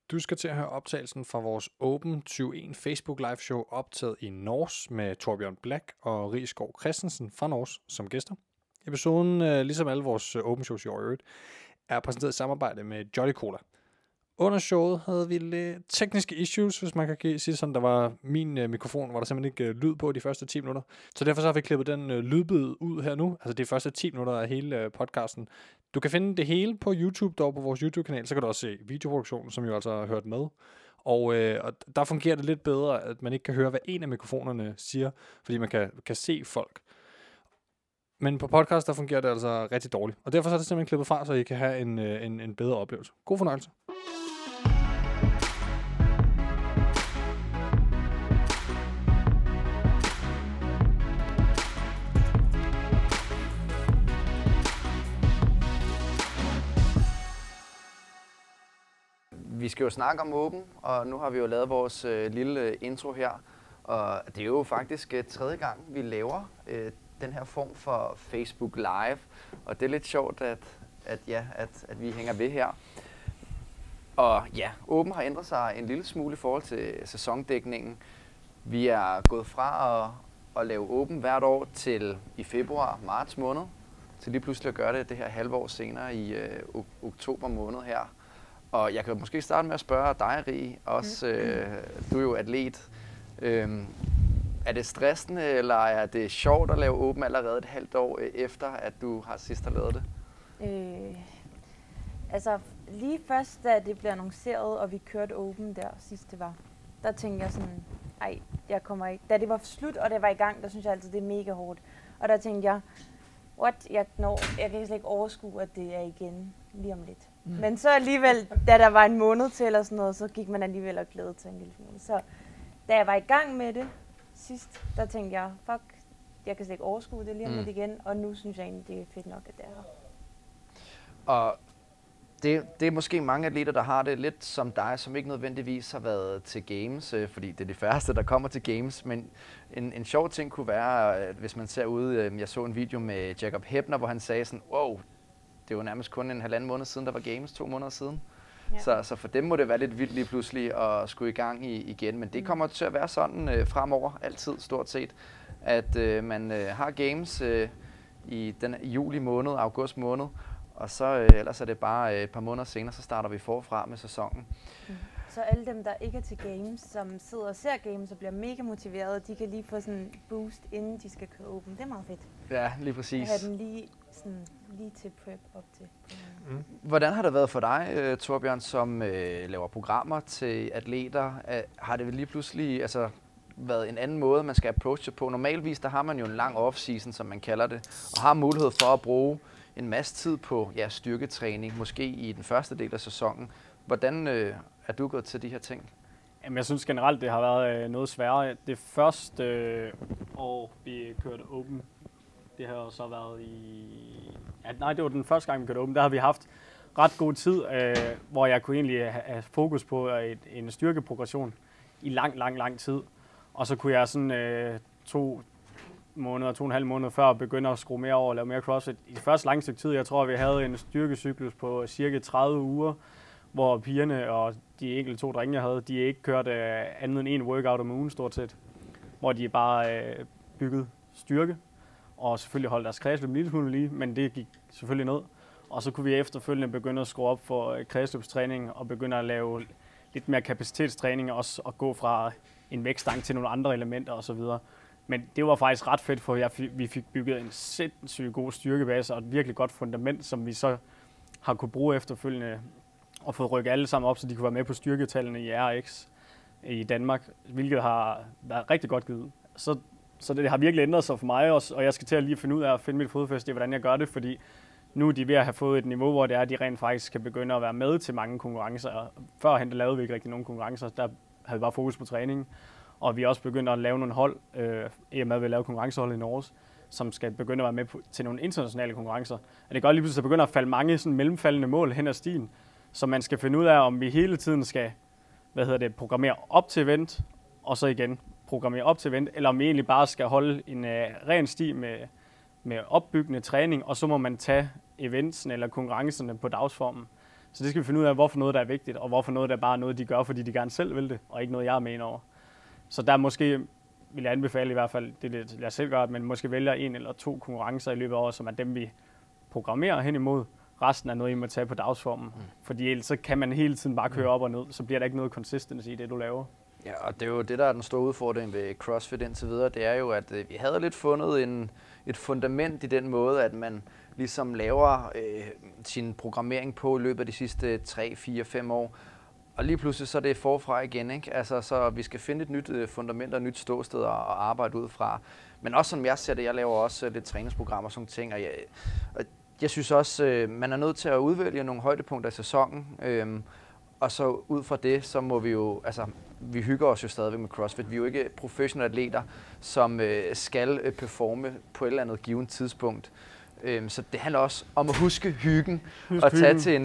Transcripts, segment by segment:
Du skal til at høre optagelsen fra vores Open 21 Facebook Live Show optaget i Norge med Torbjørn Black og Rie Skov Christensen fra Norge som gæster. Episoden, ligesom alle vores Open Shows i år, er præsenteret i samarbejde med Jolly Cola. Under showet havde vi lidt tekniske issues, hvis man kan sige sådan. Der var min mikrofon, hvor der simpelthen ikke lyd på de første 10 minutter. Så derfor så har vi klippet den lydbid ud her nu. Altså de første 10 minutter af hele podcasten. Du kan finde det hele på YouTube, dog på vores YouTube-kanal. Så kan du også se videoproduktionen, som jo altså har hørt med. Og der fungerer det lidt bedre, at man ikke kan høre, hvad en af mikrofonerne siger, fordi man kan se folk. Men på podcast, der fungerer det altså rigtig dårligt. Og derfor så er det simpelthen klippet fra, så I kan have en bedre oplevelse. God fornøjelse. Vi skal jo snakke om Open, og nu har vi jo lavet vores lille intro her. Og det er jo faktisk tredje gang, vi laver den her form for Facebook Live. Og det er lidt sjovt, at vi hænger ved her. Og ja, Open har ændret sig en lille smule i forhold til sæsondækningen. Vi er gået fra at lave Open hvert år til i februar-marts måned, til lige pludselig at gøre det her halve år senere i oktober måned her. Og jeg kan måske starte med at spørge dig, Rie, også, du er jo atlet. Er det stressende, eller er det sjovt at lave Open allerede et halvt år efter, at du sidst har lavet det? Altså lige først, da det blev annonceret, og vi kørte Open der sidst det var, der tænkte jeg sådan, ej, jeg kommer ikke. Da det var slut, og det var i gang, der synes jeg altid, det er mega hårdt. Og der tænkte jeg, jeg kan slet ikke overskue, at det er igen lige om lidt. Men så alligevel, da der var en måned til eller sådan noget, så gik man alligevel og glædede sig en lille smule. Så da jeg var i gang med det sidst, der tænkte jeg, jeg kan slet ikke overskue det lige om lidt igen. Og nu synes jeg egentlig, det er fedt nok, at det er her. Og det er måske mange atleter, der har det lidt som dig, som ikke nødvendigvis har været til games, fordi det er de færreste, der kommer til games. Men en sjov ting kunne være, at hvis man ser ude, jeg så en video med Jacob Heppner, hvor han sagde sådan, wow, det var nærmest kun en halvanden måned siden, der var games, 2 måneder siden. Ja. Så for dem må det være lidt vildt lige pludselig at skulle i gang igen. Men det kommer til at være sådan fremover, altid stort set, at man har games i den juli måned, august måned. Og så ellers er det bare et par måneder senere, så starter vi forfra med sæsonen. Så alle dem, der ikke er til games, som sidder og ser games og bliver mega motiverede, de kan lige få sådan en boost, inden de skal køre Open. Det er meget fedt. Ja, lige præcis. At have dem lige til prep op til. Hvordan har det været for dig, Torbjørn, som laver programmer til atleter? Har det lige pludselig været en anden måde, man skal approache på? Normalvis der har man jo en lang off-season, som man kalder det, og har mulighed for at bruge en masse tid på styrketræning, måske i den første del af sæsonen. Hvordan er du gået til de her ting? Jamen, jeg synes generelt, det har været noget sværere. Det første år, vi kørte Open, det har jo så været det var den første gang, vi kørte Open. Der har vi haft ret god tid, hvor jeg kunne egentlig have fokus på en styrkeprogression i lang tid. Og så kunne jeg sådan 2,5 måneder før begynde at skrue mere over og lave mere CrossFit. I det første lange stykke tid, jeg tror, vi havde en styrkecyklus på cirka 30 uger, hvor pigerne og de enkelte 2 drenge, jeg havde, de ikke kørte andet end 1 workout om ugen stort set. Hvor de bare byggede styrke, og selvfølgelig holdt deres kredsløb en lille smule lige, men det gik selvfølgelig ned. Og så kunne vi efterfølgende begynde at skrue op for kredsløbstræning og begynde at lave lidt mere kapacitetstræning, også at gå fra en vægtstang til nogle andre elementer osv. Men det var faktisk ret fedt, for vi fik bygget en sindssygt god styrkebase og et virkelig godt fundament, som vi så har kunne bruge efterfølgende og fået rykket alle sammen op, så de kunne være med på styrketallene i RX i Danmark, hvilket har været rigtig godt givet. Så det har virkelig ændret sig for mig også, og jeg skal til at lige finde ud af at finde mit fodfæste i, hvordan jeg gør det, fordi nu er de ved at have fået et niveau, hvor det er, at de rent faktisk kan begynde at være med til mange konkurrencer. Førhen der lavede vi ikke rigtig nogen konkurrencer, der havde vi bare fokus på træningen. Og vi er også begyndt at lave nogle hold, i og med at vi laver konkurrencehold i Norge, som skal begynde at være med til nogle internationale konkurrencer. Og det gør lige pludselig, at der begynder at falde mange sådan mellemfaldende mål hen ad stien, så man skal finde ud af, om vi hele tiden skal programmere op til event, og så igen programmere op til event, eller om vi egentlig bare skal holde en ren sti med opbyggende træning, og så må man tage eventsen eller konkurrencerne på dagsformen. Så det skal vi finde ud af, hvorfor noget der er vigtigt, og hvorfor noget der er bare noget, de gør, fordi de gerne selv vil det, og ikke noget, jeg mener over. Så der måske vil jeg anbefale i hvert fald, det er det, jeg selv gør, men måske vælger 1 eller 2 konkurrencer i løbet af året, som er dem, vi programmerer hen imod. Resten er noget, I må tage på dagsformen. Fordi ellers så kan man hele tiden bare køre op og ned, så bliver der ikke noget consistency i det, du laver. Ja, og det er jo det, der er den store udfordring ved CrossFit indtil videre. Det er jo, at vi havde lidt fundet et fundament i den måde, at man ligesom laver sin programmering på i løbet af de sidste 3, 4, 5 år. Og lige pludselig så er det forfra igen, ikke? Altså, så vi skal finde et nyt fundament og et nyt ståsted at arbejde ud fra. Men også som jeg ser det, jeg laver også lidt træningsprogrammer og sådan ting, og jeg synes også, man er nødt til at udvælge nogle højdepunkter i sæsonen. Og så ud fra det, så må vi jo, altså vi hygger os jo stadigvæk med CrossFit. Vi er jo ikke professionelle atleter, som skal performe på et eller andet givet tidspunkt. Så det handler også om at huske hyggen og tage til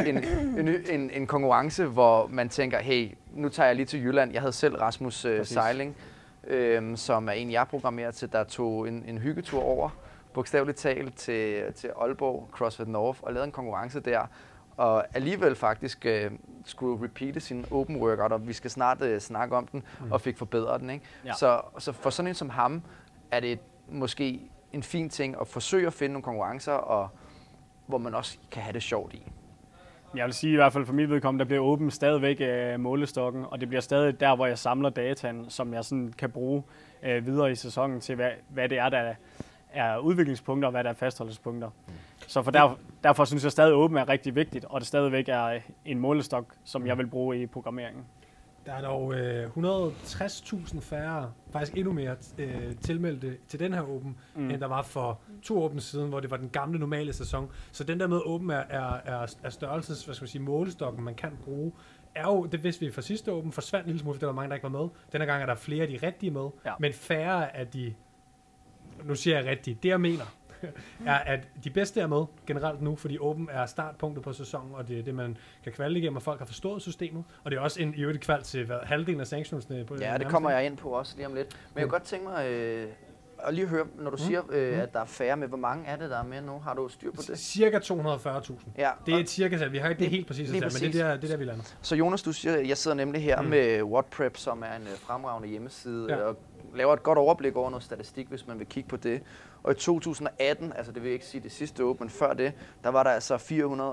en konkurrence, hvor man tænker, hey, nu tager jeg lige til Jylland. Jeg havde selv Rasmus Seiling, som er en, jeg programmerer til, der tog en hyggetur over, bogstaveligt talt, til Aalborg, CrossFit North, og lavede en konkurrence der. Og alligevel faktisk skulle repeate sin open workout, og vi skal snart snakke om den, og fik forbedret den. Ikke? Ja. Så for sådan en som ham, er det måske en fin ting at forsøge at finde nogle konkurrencer, og hvor man også kan have det sjovt i. Jeg vil sige i hvert fald for mit vedkommende, der bliver åben stadigvæk målestokken, og det bliver stadig der, hvor jeg samler dataen, som jeg sådan kan bruge videre i sæsonen til, hvad det er, der er udviklingspunkter, og hvad der er fastholdelsespunkter. Så derfor synes jeg stadig, at åben er rigtig vigtigt, og det stadigvæk er en målestok, som jeg vil bruge i programmeringen. Der er dog 160.000 færre, faktisk endnu mere, tilmeldte til den her Open, end der var for 2 Open siden, hvor det var den gamle normale sæson. Så den der med Open er størrelses, hvad skal man sige, målestokken, man kan bruge, er jo, det vidste vi fra sidste Open, forsvandt en lille smule, for der var mange, der ikke var med. Denne gang er der flere af de rigtige med, men færre af de, nu siger jeg rigtige, det jeg mener, er, at de bedste er med generelt nu, fordi Open er startpunktet på sæsonen, og det er det, man kan kvalde igennem, og folk har forstået systemet, og det er også i øvrigt kval til halvdelen af sanctionsne. Ja, det kommer jeg ind på også lige om lidt. Men jeg kunne godt tænke mig at lige høre, når du siger, at der er færre med, hvor mange er det, der er med nu? Har du styr på det? Cirka 240.000. Ja, det er et cirka, vi har ikke det helt præcist, men det er der, vi lander. Så Jonas, du siger, jeg sidder nemlig her med WhatPrep, som er en fremragende hjemmeside, og laver et godt overblik over noget statistik, hvis man vil kigge på det. Og i 2018, altså det vil jeg ikke sige det sidste år, men før det, der var der altså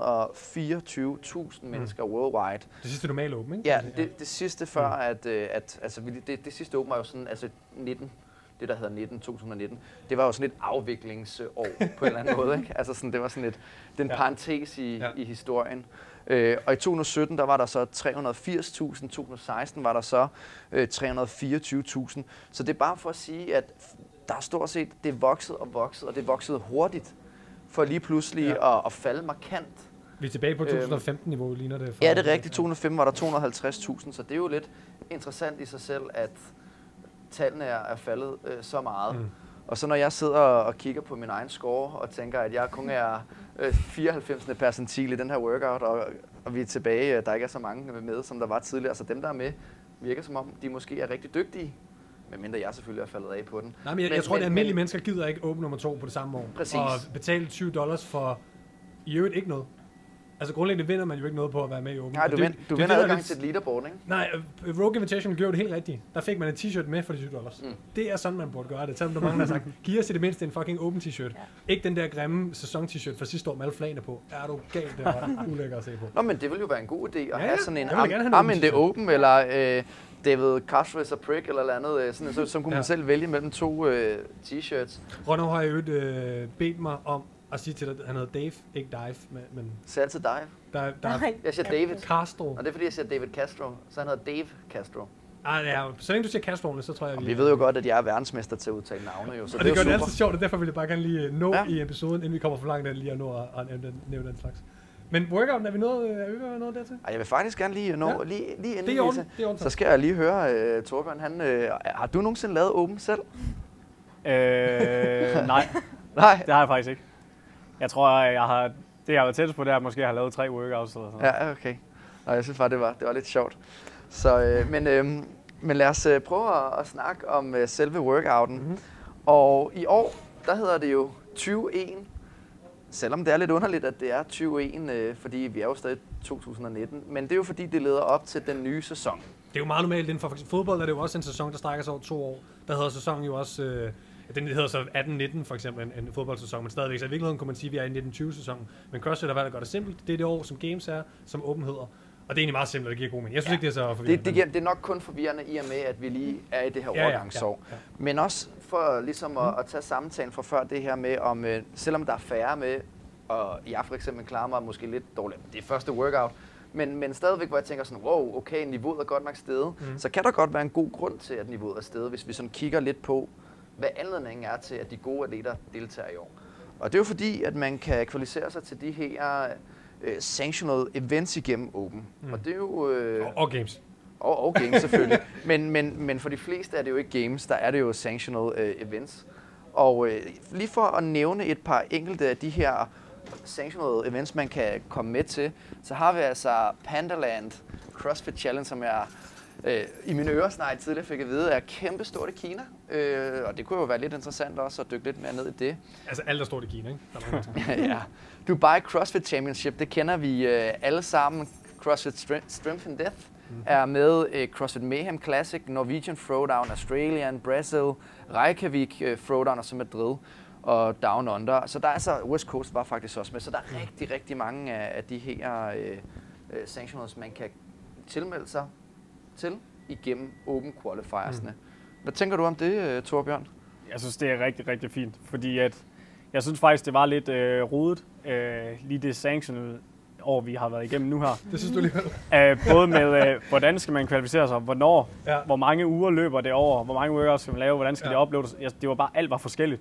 424.000 mennesker worldwide. Det sidste normale åben, ikke? Ja, det sidste før, altså det sidste åben var jo sådan, altså 19, det der hedder 2019, det var jo sådan et afviklingsår på en eller anden måde, ikke? Altså sådan, det var sådan den parentes i historien. Og i 2017, der var der så 380.000, 2016 var der så 324.000. Så det er bare for at sige, at der er stort set, det er vokset og vokset, og det er vokset hurtigt, for lige pludselig at falde markant. Vi er tilbage på 2015-niveau, ligner det? Ja, det er rigtigt. 2015 var der 250.000, så det er jo lidt interessant i sig selv, at tallene er faldet så meget. Og så når jeg sidder og kigger på min egen score og tænker, at jeg kun er 94. percentil i den her workout, og vi er tilbage, der ikke er så mange med, som der var tidligere. Så dem, der er med, virker som om, de måske er rigtig dygtige. Medmindre jeg selvfølgelig er faldet af på den. Nej, men jeg tror, at almindelige mennesker gider ikke åbne nummer 2 på det samme år. Præcis. Og betale $20 for i øvrigt ikke noget. Altså grundlæggende vinder man jo ikke noget på at være med i Open. Nej, du vinder adgang til et leaderboard, ikke? Nej, Rogue Invitational gjorde det helt rigtigt. Der fik man en t-shirt med for de $20. Det er sådan, man burde gøre det. Selvom der mange, der har sagt, giv os i det mindste en fucking Open t-shirt. Ja. Ikke den der grimme sæson-t-shirt fra sidste år med alle flagene på. Er du galt, det var ulækker at se på. Nå, men det ville jo være en god idé at have sådan en I'm the Open, eller David Castro is a prick, eller andet, sådan, så kunne man selv vælge mellem 2 t-shirts. Ronald har jo bedt mig om at sige til dig, at han hedder Dave, ikke Dive, men... Så altid Dive? Jeg siger David. Castro. Og det er fordi, jeg siger David Castro, så han hedder Dave Castro. Ja, så længe du siger Castro, så tror jeg, vi ved jo godt, at jeg er verdensmester til at udtale navne, jo. Så og det gør det altid sjovt, og derfor vil jeg bare gerne lige nå i episoden, inden vi kommer for langt, lige at nå at nævne den slags. Men workouten, er vi nået dertil? Jeg vil faktisk gerne lige nå, lige inden det er ordentligt. Så skal jeg lige høre, Torbjørn, har du nogensinde lavet Open selv? Nej. Nej, det har jeg faktisk ikke. Jeg tror, jeg har været tættest på det, at måske har lavet 3 workouts eller sådan noget. Ja, okay. Og jeg synes bare, det var lidt sjovt. Så, men lad os prøve at snakke om selve workouten. Og i år, der hedder det jo 21 selvom det er lidt underligt, at det er 2021, fordi vi er jo stadig 2019, men det er jo fordi, det leder op til den nye sæson. Det er jo meget normalt inden for fodbold, er det jo også en sæson, der strækker sig over 2 år. Der hedder sæsonen jo også, den hedder så 18-19 for eksempel, en fodboldsæson, men stadigvæk. Så i virkeligheden kunne man sige, at vi er i 1920-sæsonen. Men CrossFit har valgt at gøre det simpelt. Det er det år, som games er, som Open hedder. Og det er egentlig meget simpelt, og det giver god mening. Jeg synes ikke, det er så forvirrende. Det er nok kun forvirrende i og med, at vi lige er i det her overgangsår. Ja. Men også for ligesom at tage samtalen fra før det her med, om selvom der er færre med, og jeg for eksempel klarer mig måske lidt dårligt, det er første workout, men stadigvæk, hvor jeg tænker sådan, wow, okay, niveauet er godt nok steget, så kan der godt være en god grund til, at niveauet er steget, hvis vi sådan kigger lidt på, hvad anledningen er til, at de gode atleter deltager i år. Og det er jo fordi, at man kan kvalificere sig til de her sanctioned events igennem Open. Og det er jo... og games. Og games selvfølgelig. men for de fleste er det jo ikke games, der er det jo sanctioned events. Og lige for at nævne et par enkelte af de her sanctioned events, man kan komme med til, så har vi altså Pandaland CrossFit Challenge, som jeg i mine øresnegl tidligere fik at vide, er kæmpestort i Kina. Og det kunne jo være lidt interessant også at dykke lidt mere ned i det. Altså alt er stort i Kina, ikke? Der er ja. Dubai CrossFit Championship, det kender vi alle sammen. CrossFit Strength and Death er med. CrossFit Mayhem Classic, Norwegian Throwdown, Australian, Brazil, Reykjavik Throwdown og så Madrid og Down Under. Så der er altså, West Coast var faktisk også med, så der er rigtig mange af de her sanctionals, man kan tilmelde sig til igennem Open Qualifiersne. Hvad tænker du om det, Torbjørn? Jeg synes, det er rigtig fint, fordi at jeg synes faktisk, det var lidt rodet, lige det sanctionede år, vi har været igennem nu her. Det synes du alligevel? Både med, hvordan skal man kvalificere sig, hvornår, hvor mange uger løber det over, hvor mange workouts skal man lave, hvordan skal det uploades. Det var bare, alt var forskelligt.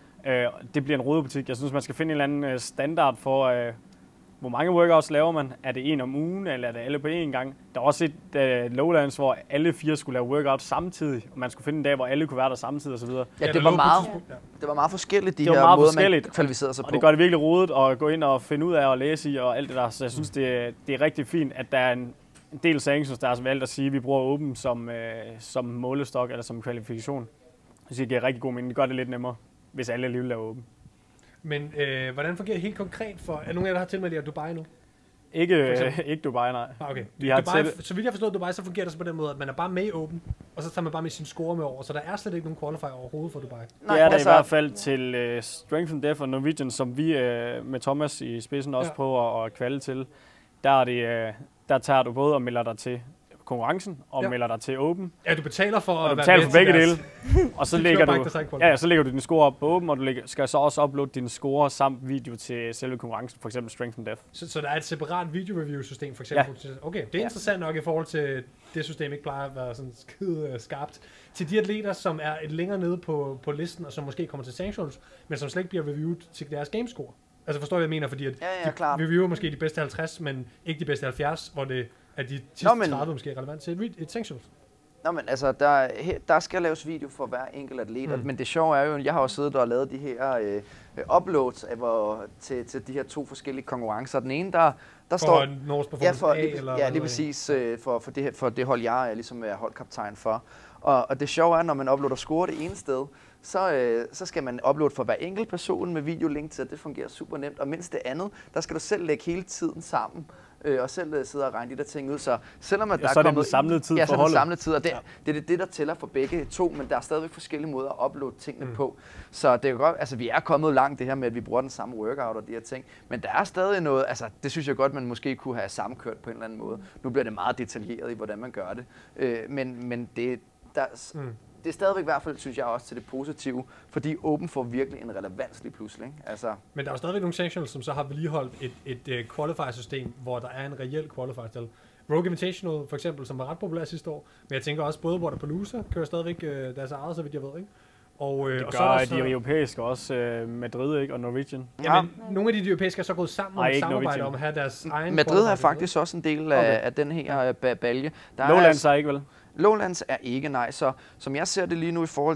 Det bliver en rodebutik. Jeg synes, man skal finde en eller anden standard for, hvor mange workouts laver man? Er det en om ugen, eller er det alle på én gang? Der var også et Lowlands, hvor alle 4 skulle lave workouts samtidig, og man skulle finde en dag, hvor alle kunne være der samtidig osv. Ja, det var meget forskelligt, de her måder, man kvalificerede sig på. Og det gør det virkelig rodet at gå ind og finde ud af at læse i og alt det der. Så jeg synes, det er rigtig fint, at der er en del sanctions, der er valgt at sige, at vi bruger Open som målestok eller som kvalifikation. Jeg synes, det giver rigtig god mening. Det gør det lidt nemmere, hvis alle alligevel laver Open. Men hvordan fungerer det helt konkret for... Er nogen af jer, der har tilmeldt jer Dubai nu? Ikke Dubai, nej. Okay. Dubai, så vidt jeg forstår Dubai, så fungerer det så på den måde, at man er bare med i Open, og så tager man bare med sin score med over. Så der er slet ikke nogen qualifier overhovedet for Dubai. Nej, det er der i hvert fald til Strength and Death og Norwegian, som vi med Thomas i spidsen også prøver at kvalde til. Der tager du både og melder dig til konkurrencen og melder dig til Open. Ja, du betaler for at være med til begge dele. Og så lægger du din score op på Open, og du skal så også uploade din score samt video til selve konkurrencen, f.eks. Strength and Death. Så der er et separat video-review-system, for eksempel? Ja. Okay, det er interessant nok i forhold til det system, ikke plejer at være sådan skide skarpt. Til de atleter, som er et længere nede på listen, og som måske kommer til sanctions, men som slet ikke bliver reviewed til deres gamescore. Altså forstår jeg, hvad jeg mener, fordi at de reviewer måske de bedste 50, men ikke de bedste 70, hvor det er de sidste 30 måske relevant til et sanctions. Nå, men altså, der skal laves video for hver enkelt atlet, men det sjove er jo, jeg har jo siddet og lavet de her uploads til de her 2 forskellige konkurrencer. Den ene, der står... Norges Performance A, eller... Ja, lige præcis for det hold, jeg er ligesom holdkaptajn for. Og det sjove er, når man uploader score det ene sted, så skal man uploade for hver enkelt person med videolink til, at det fungerer super nemt. Og mindst det andet, der skal du selv lægge hele tiden sammen. Og selv sidde og regne de der ting ud. Så selvom at der er kommet den samlede tid for holdet. Ja, samlede tid, og det er det, der tæller for begge 2, men der er stadigvæk forskellige måder at uploade tingene på. Så det er godt, altså vi er kommet langt det her med, at vi bruger den samme workout og de her ting, men der er stadig noget, altså det synes jeg godt, man måske kunne have sammenkørt på en eller anden måde. Nu bliver det meget detaljeret i, hvordan man gør det, men det er stadigvæk i hvert fald, synes jeg også, til det positive, fordi Open får virkelig en relevans lige pludselig. Ikke? Altså. Men der er jo stadigvæk nogle sanctions, som så har vedligeholdt et qualifier-system, hvor der er en reel qualifier-stil. Rogue Invitational for eksempel, som var ret populær sidste år, men jeg tænker også, både Waterpalooza kører stadigvæk deres eget, så vidt jeg ved, ikke? Og, det gør de europæiske også, Madrid ikke? Og Norwegian. Ja, men nogle af de europæiske er så gået sammen og samarbejde om at have deres egen... Madrid er faktisk også en del af den her balje. Lowlands er ikke vel? Lowlands er ikke, nej. Så som jeg ser det lige nu i forhold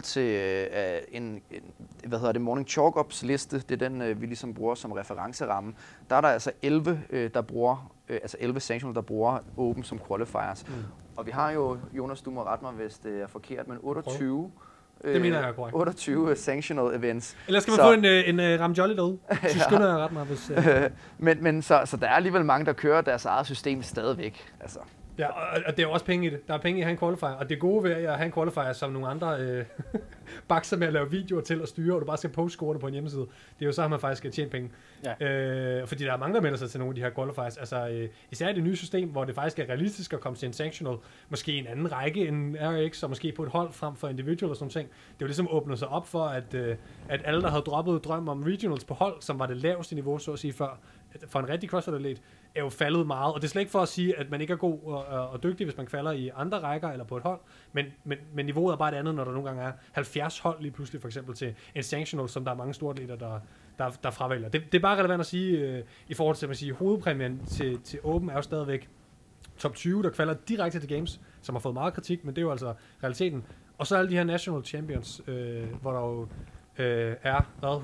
til Morning Chalk-ups liste, det er den, vi ligesom bruger som referenceramme, der er der altså 11, 11 sanctions, der bruger Open som qualifiers. Og vi har jo, Jonas, du må rette mig, hvis det er forkert, men 28 Det mener jeg er korrekt. 28 sanctional events. Eller skal man få en Ramjolli derude? Så skynder jeg ret mig, hvis... Men så der er alligevel mange, der kører deres eget system stadigvæk. Altså. Ja, og det er også penge i det. Der er penge i at have en qualifier. Og det gode ved at have en qualifier, som nogle andre bakser med at lave videoer til at styre, og du bare skal poste scorene på en hjemmeside, det er jo så, at man faktisk skal tjene penge. Ja. Fordi der er mange, der melder sig til nogle af de her qualifiers. Altså, især i det nye system, hvor det faktisk er realistisk at komme til en sanctional, måske en anden række end RX, og måske på et hold frem for individual og sådan ting. Det er jo ligesom åbnet sig op for, at alle, der havde droppet drøm om regionals på hold, som var det laveste niveau, så at sige, før, for en rigtig CrossFit-atlet, er jo faldet meget. Og det er slet ikke for at sige, at man ikke er god og dygtig, hvis man falder i andre rækker eller på et hold, men niveauet er bare et andet, når der nogle gange er 70 hold lige pludselig, for eksempel til en sanctional, som der er mange store atleter, der fravælger. Det er bare relevant at sige, i forhold til, at man siger, hovedpræmien til Open er jo stadigvæk top 20, der kvalder direkte til Games, som har fået meget kritik, men det er jo altså realiteten. Og så alle de her national champions, hvor der jo er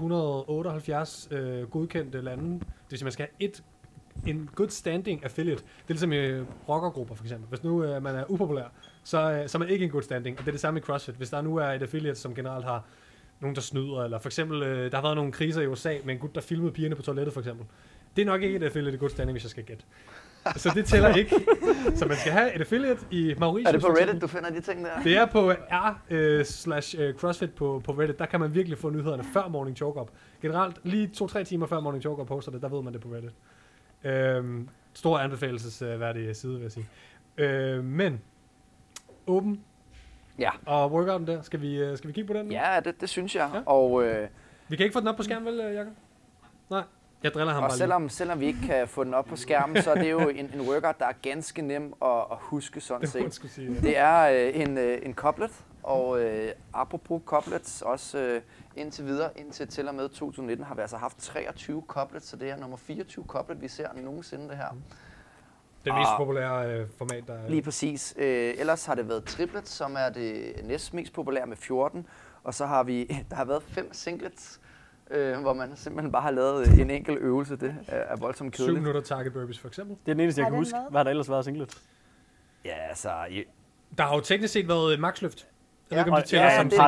178 godkendte lande. Det vil sige, man skal have en good standing affiliate. Det er ligesom i rockergrupper for eksempel. Hvis nu man er upopulær, så er man ikke en good standing. Og det er det samme i CrossFit. Hvis der nu er et affiliate, som generelt har nogen, der snyder, eller for eksempel, der har været nogle kriser i USA med en gut, der filmede pigerne på toilettet for eksempel. Det er nok ikke et affiliate i good standing, hvis jeg skal gætte. Så det tæller ikke. Så man skal have et affiliate i Mauritius. Er det på Reddit, du finder de ting der? Det er på r/CrossFit på Reddit. Der kan man virkelig få nyhederne før Morning Choke Up. Generelt lige 2-3 timer før Morning Choke Up poster det, der ved man det på Reddit. Stor anbefalelsesværdig side, vil jeg sige. Men Open og workouten der, skal vi kigge på den nu? Ja, det synes jeg. Ja. Og, vi kan ikke få den op på skærmen, vel, Jakob? Nej. Jeg driller ham og bare selvom vi ikke kan få den op på skærmen, så er det jo en workout, der er ganske nem at huske sådan set. Det er en couplet, og apropos couplets, også indtil videre, indtil til og med 2019, har vi altså haft 23 couplets, så det er nummer 24 couplet, vi ser nogensinde det her. Det mest populære format, der er. Lige præcis. Ellers har det været triplet, som er det næst mest populære med 14, og så har der har været 5 singlets, hvor man simpelthen bare har lavet en enkelt øvelse. Det er voldsomt kedeligt. 7 minutter target burpees for eksempel. Det er den eneste, jeg kan huske. Hvad har der ellers været singlet? Ja, altså... Der har jo teknisk set været et maxløft. Det må det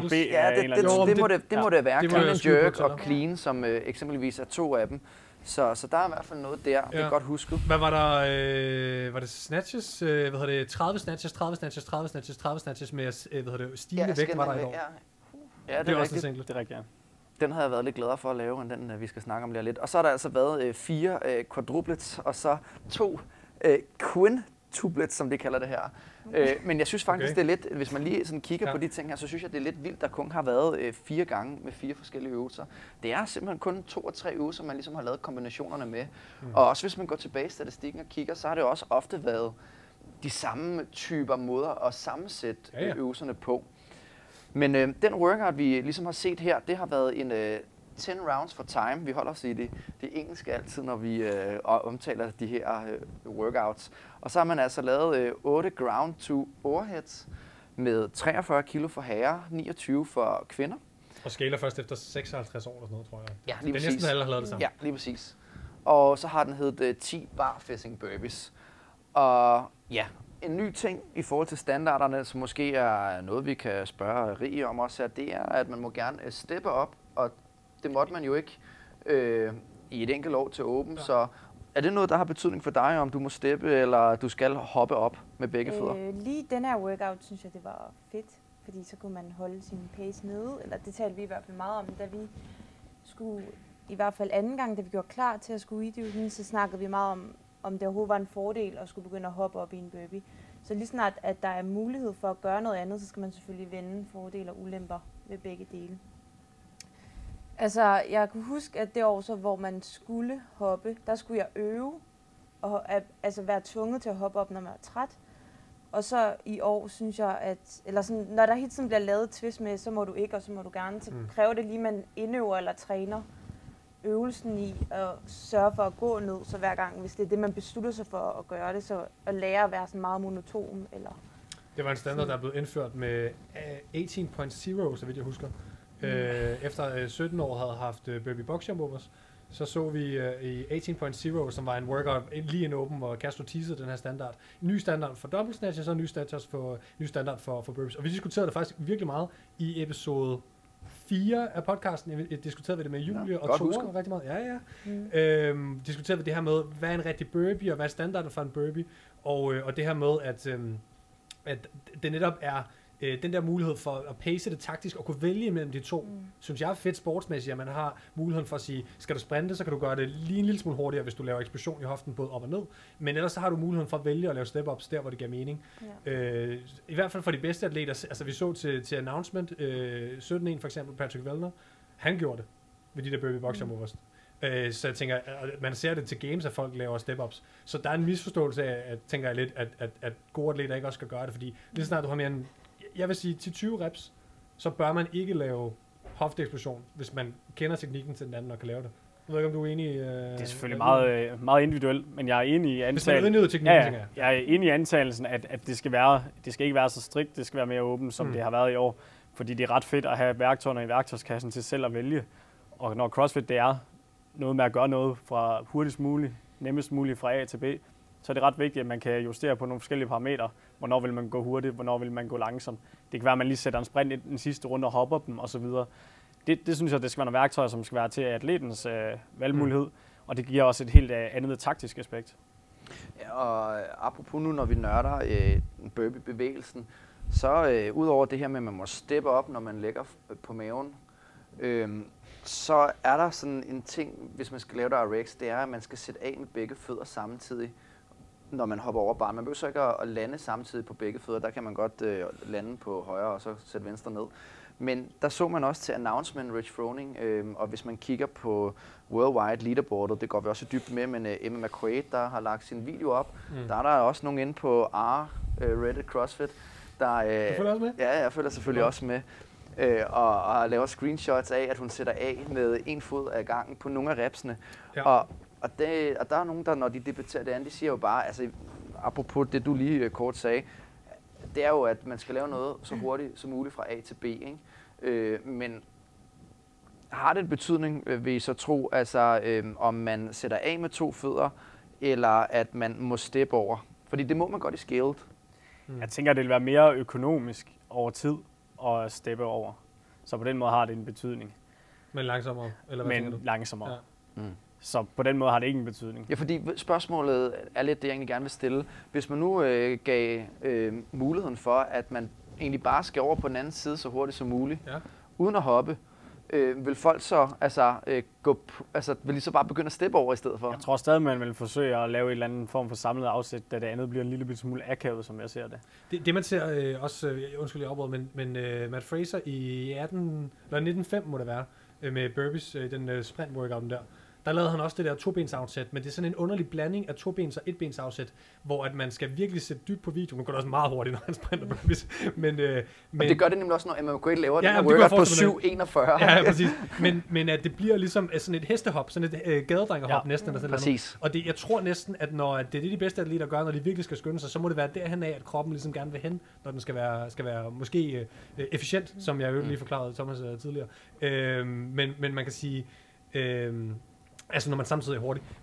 være. Clean and jerk og clean, som eksempelvis er 2 af dem. Så der er i hvert fald noget der. Det er godt husket. Hvad var der? Var det snatches? 30 snatches, 30 snatches, 30 snatches, 30 snatches med stigende vægt var der i år. Ja, det er også en single. Det er rigtigt, ja. Den havde jeg været lidt gladere for at lave, end den vi skal snakke om lidt. Og så har der altså været 4 quadruplets, og så 2 quintuplets, som de kalder det her. Men jeg synes faktisk, det er lidt, hvis man lige sådan kigger på de ting her, så synes jeg, det er lidt vildt, der kun har været 4 gange med 4 forskellige øvelser. Det er simpelthen kun 2 og 3 øvelser, man ligesom har lavet kombinationerne med. Og også hvis man går tilbage i statistikken og kigger, så har det også ofte været de samme typer måder at sammensætte øvelserne på. Men den workout, vi ligesom har set her, det har været en 10 rounds for time. Vi holder os i det engelske altid, når vi omtaler de her workouts. Og så har man altså lavet 8 ground to overheads med 43 kilo for herrer, 29 for kvinder. Og skaler først efter 56 år eller sådan noget, tror jeg. Ja, lige præcis. Det er næsten alle, der har lavet det samme. Ja, lige præcis. Og så har den heddet 10 bar facing burpees. Og ja, en ny ting i forhold til standarderne, som måske er noget, vi kan spørge Rie om også, det er, at man må gerne steppe op, og det måtte man jo ikke i et enkelt år til Open. Ja. Så er det noget, der har betydning for dig, om du må steppe, eller du skal hoppe op med begge fødder? Lige den her workout, synes jeg, det var fedt, fordi så kunne man holde sin pace nede, eller det talte vi i hvert fald meget om, da vi skulle, i hvert fald anden gang, da vi gjorde klar til at skulle udgive den, så snakkede vi meget om det overhovedet var en fordel at skulle begynde at hoppe op i en burpee. Så lige snart, at der er mulighed for at gøre noget andet, så skal man selvfølgelig vende fordele og ulemper ved begge dele. Altså, jeg kunne huske, at det år, så, hvor man skulle hoppe, der skulle jeg øve og altså være tvunget til at hoppe op, når man er træt. Og så i år synes jeg, at eller sådan, når der hele tiden bliver lavet twist med, så må du ikke, og så må du gerne, så kræver det lige, at man indøver eller træner øvelsen i at sørge for at gå ned, så hver gang, hvis det er det, man beslutter sig for at gøre det, så at lære at være sådan meget monoton. Eller det var en standard, der er blevet indført med 18.0, så vidt jeg husker. Efter 17 år havde haft burpee box jump overs, så vi i 18.0, som var en workout lige en åben, hvor Castro teasede den her standard. En ny standard for double snatch, og så en ny standard for burpees. Og vi diskuterede det faktisk virkelig meget i episode 4 af podcasten. Diskuterede vi det med Julie og Tore rigtig meget. Ja. Diskuterede vi det her med, hvad er en rigtig burpee, og hvad er standarden for en burpee. Og det her med, at det netop er den der mulighed for at pace det taktisk og kunne vælge mellem de to, synes jeg er fedt sportsmæssigt, at man har muligheden for at sige, skal du sprinte, så kan du gøre det lige en lille smule hurtigere, hvis du laver eksplosion i hoften både op og ned, men ellers så har du muligheden for at vælge at lave step-ups der, hvor det giver mening. Ja. I hvert fald for de bedste atleter, altså vi så til announcement, 17-1 for eksempel, Patrick Vellner, han gjorde det ved de der burpee boxer movers. Så jeg tænker, at man ser det til games, at folk laver step-ups. Så der er en misforståelse af, tænker jeg lidt, at gode atleter ikke også skal gøre det, fordi lige snart du har mere end, jeg vil sige, til 20 reps, så bør man ikke lave hofteeksplosion, hvis man kender teknikken til den anden og kan lave det. Jeg ved ikke, om du er enig i... det er selvfølgelig meget individuelt, men jeg er enig i antagelsen. Jeg er enig i antagelsen, at det skal ikke være så strikt, det skal være mere åbent, som det har været i år. Fordi det er ret fedt at have værktøjerne i værktøjskassen til selv at vælge. Og når CrossFit det er noget med at gøre noget fra hurtigst muligt, nemmest muligt fra A til B, så er det ret vigtigt, at man kan justere på nogle forskellige parametre. Hvornår vil man gå hurtigt, hvornår vil man gå langsomt. Det kan være, at man lige sætter en sprint i den sidste runde og hopper dem osv. Det synes jeg, det skal være nogle værktøjer, som skal være til atletens valgmulighed, og det giver også et helt andet taktisk aspekt. Ja, og apropos nu, når vi nørder burpee-bevægelsen, så udover det her med, at man må steppe op, når man ligger på maven, så er der sådan en ting, hvis man skal lave der RX, det er, at man skal sætte af med begge fødder samtidig, når man hopper over barren. Man behøver så ikke at lande samtidig på begge fødder. Der kan man godt lande på højre og så sætte venstre ned. Men der så man også til announcement Rich Froning, og hvis man kigger på Worldwide Leaderboardet, det går vi også i dybden med, men Emma McQuaid, der har lagt sin video op, der er der også nogen inde på Reddit CrossFit, der... Du følger også med? Ja, jeg følger selvfølgelig også med. Og laver screenshots af, at hun sætter af med en fod ad gangen på nogle af repsene. Ja. Og der er nogen, der når de debatterer det andet, de siger jo bare, altså apropos det du lige kort sagde, det er jo, at man skal lave noget så hurtigt som muligt fra A til B, ikke? Men har det en betydning, vil I så tro, altså om man sætter af med 2 fødder, eller at man må steppe over? Fordi det må man godt i scaled. Jeg tænker, det vil være mere økonomisk over tid at steppe over. Så på den måde har det en betydning. Men langsommere? Eller hvad Men langsommere. Ja. Så på den måde har det ikke en betydning. Ja, fordi spørgsmålet er lidt det, jeg egentlig gerne vil stille. Hvis man nu gav muligheden for, at man egentlig bare skal over på den anden side så hurtigt som muligt, uden at hoppe, vil folk så vil de så bare begynde at steppe over i stedet for? Jeg tror stadig, man vil forsøge at lave en eller anden form for samlet afsæt, da det andet bliver en lille smule akavet, som jeg ser det. Det man ser også, undskyld jeg afbryder, men Matt Fraser i 1905 må det være, med burpees, den sprint workouten der lavede han også det der tobensafsæt, men det er sådan en underlig blanding af tobens og etbensafsæt, hvor at man skal virkelig sætte dybt på video. Nu går det også meget hurtigt, når han sprinter burpees. Men det gør det nemlig også, når Emma McQuaid laver den her workout på 7.41. Ja, præcis. Men at det bliver ligesom sådan et hestehop, sådan et gadedrengerhop næsten. Eller præcis. Og jeg tror næsten, at når det er de bedste atleter gør, når de virkelig skal skynde sig, så må det være derhen af, at kroppen ligesom gerne vil hen, når den skal være måske efficient, som jeg jo lige forklarede Thomas tidligere. Men man kan sige... altså når man samtidig er hurtig.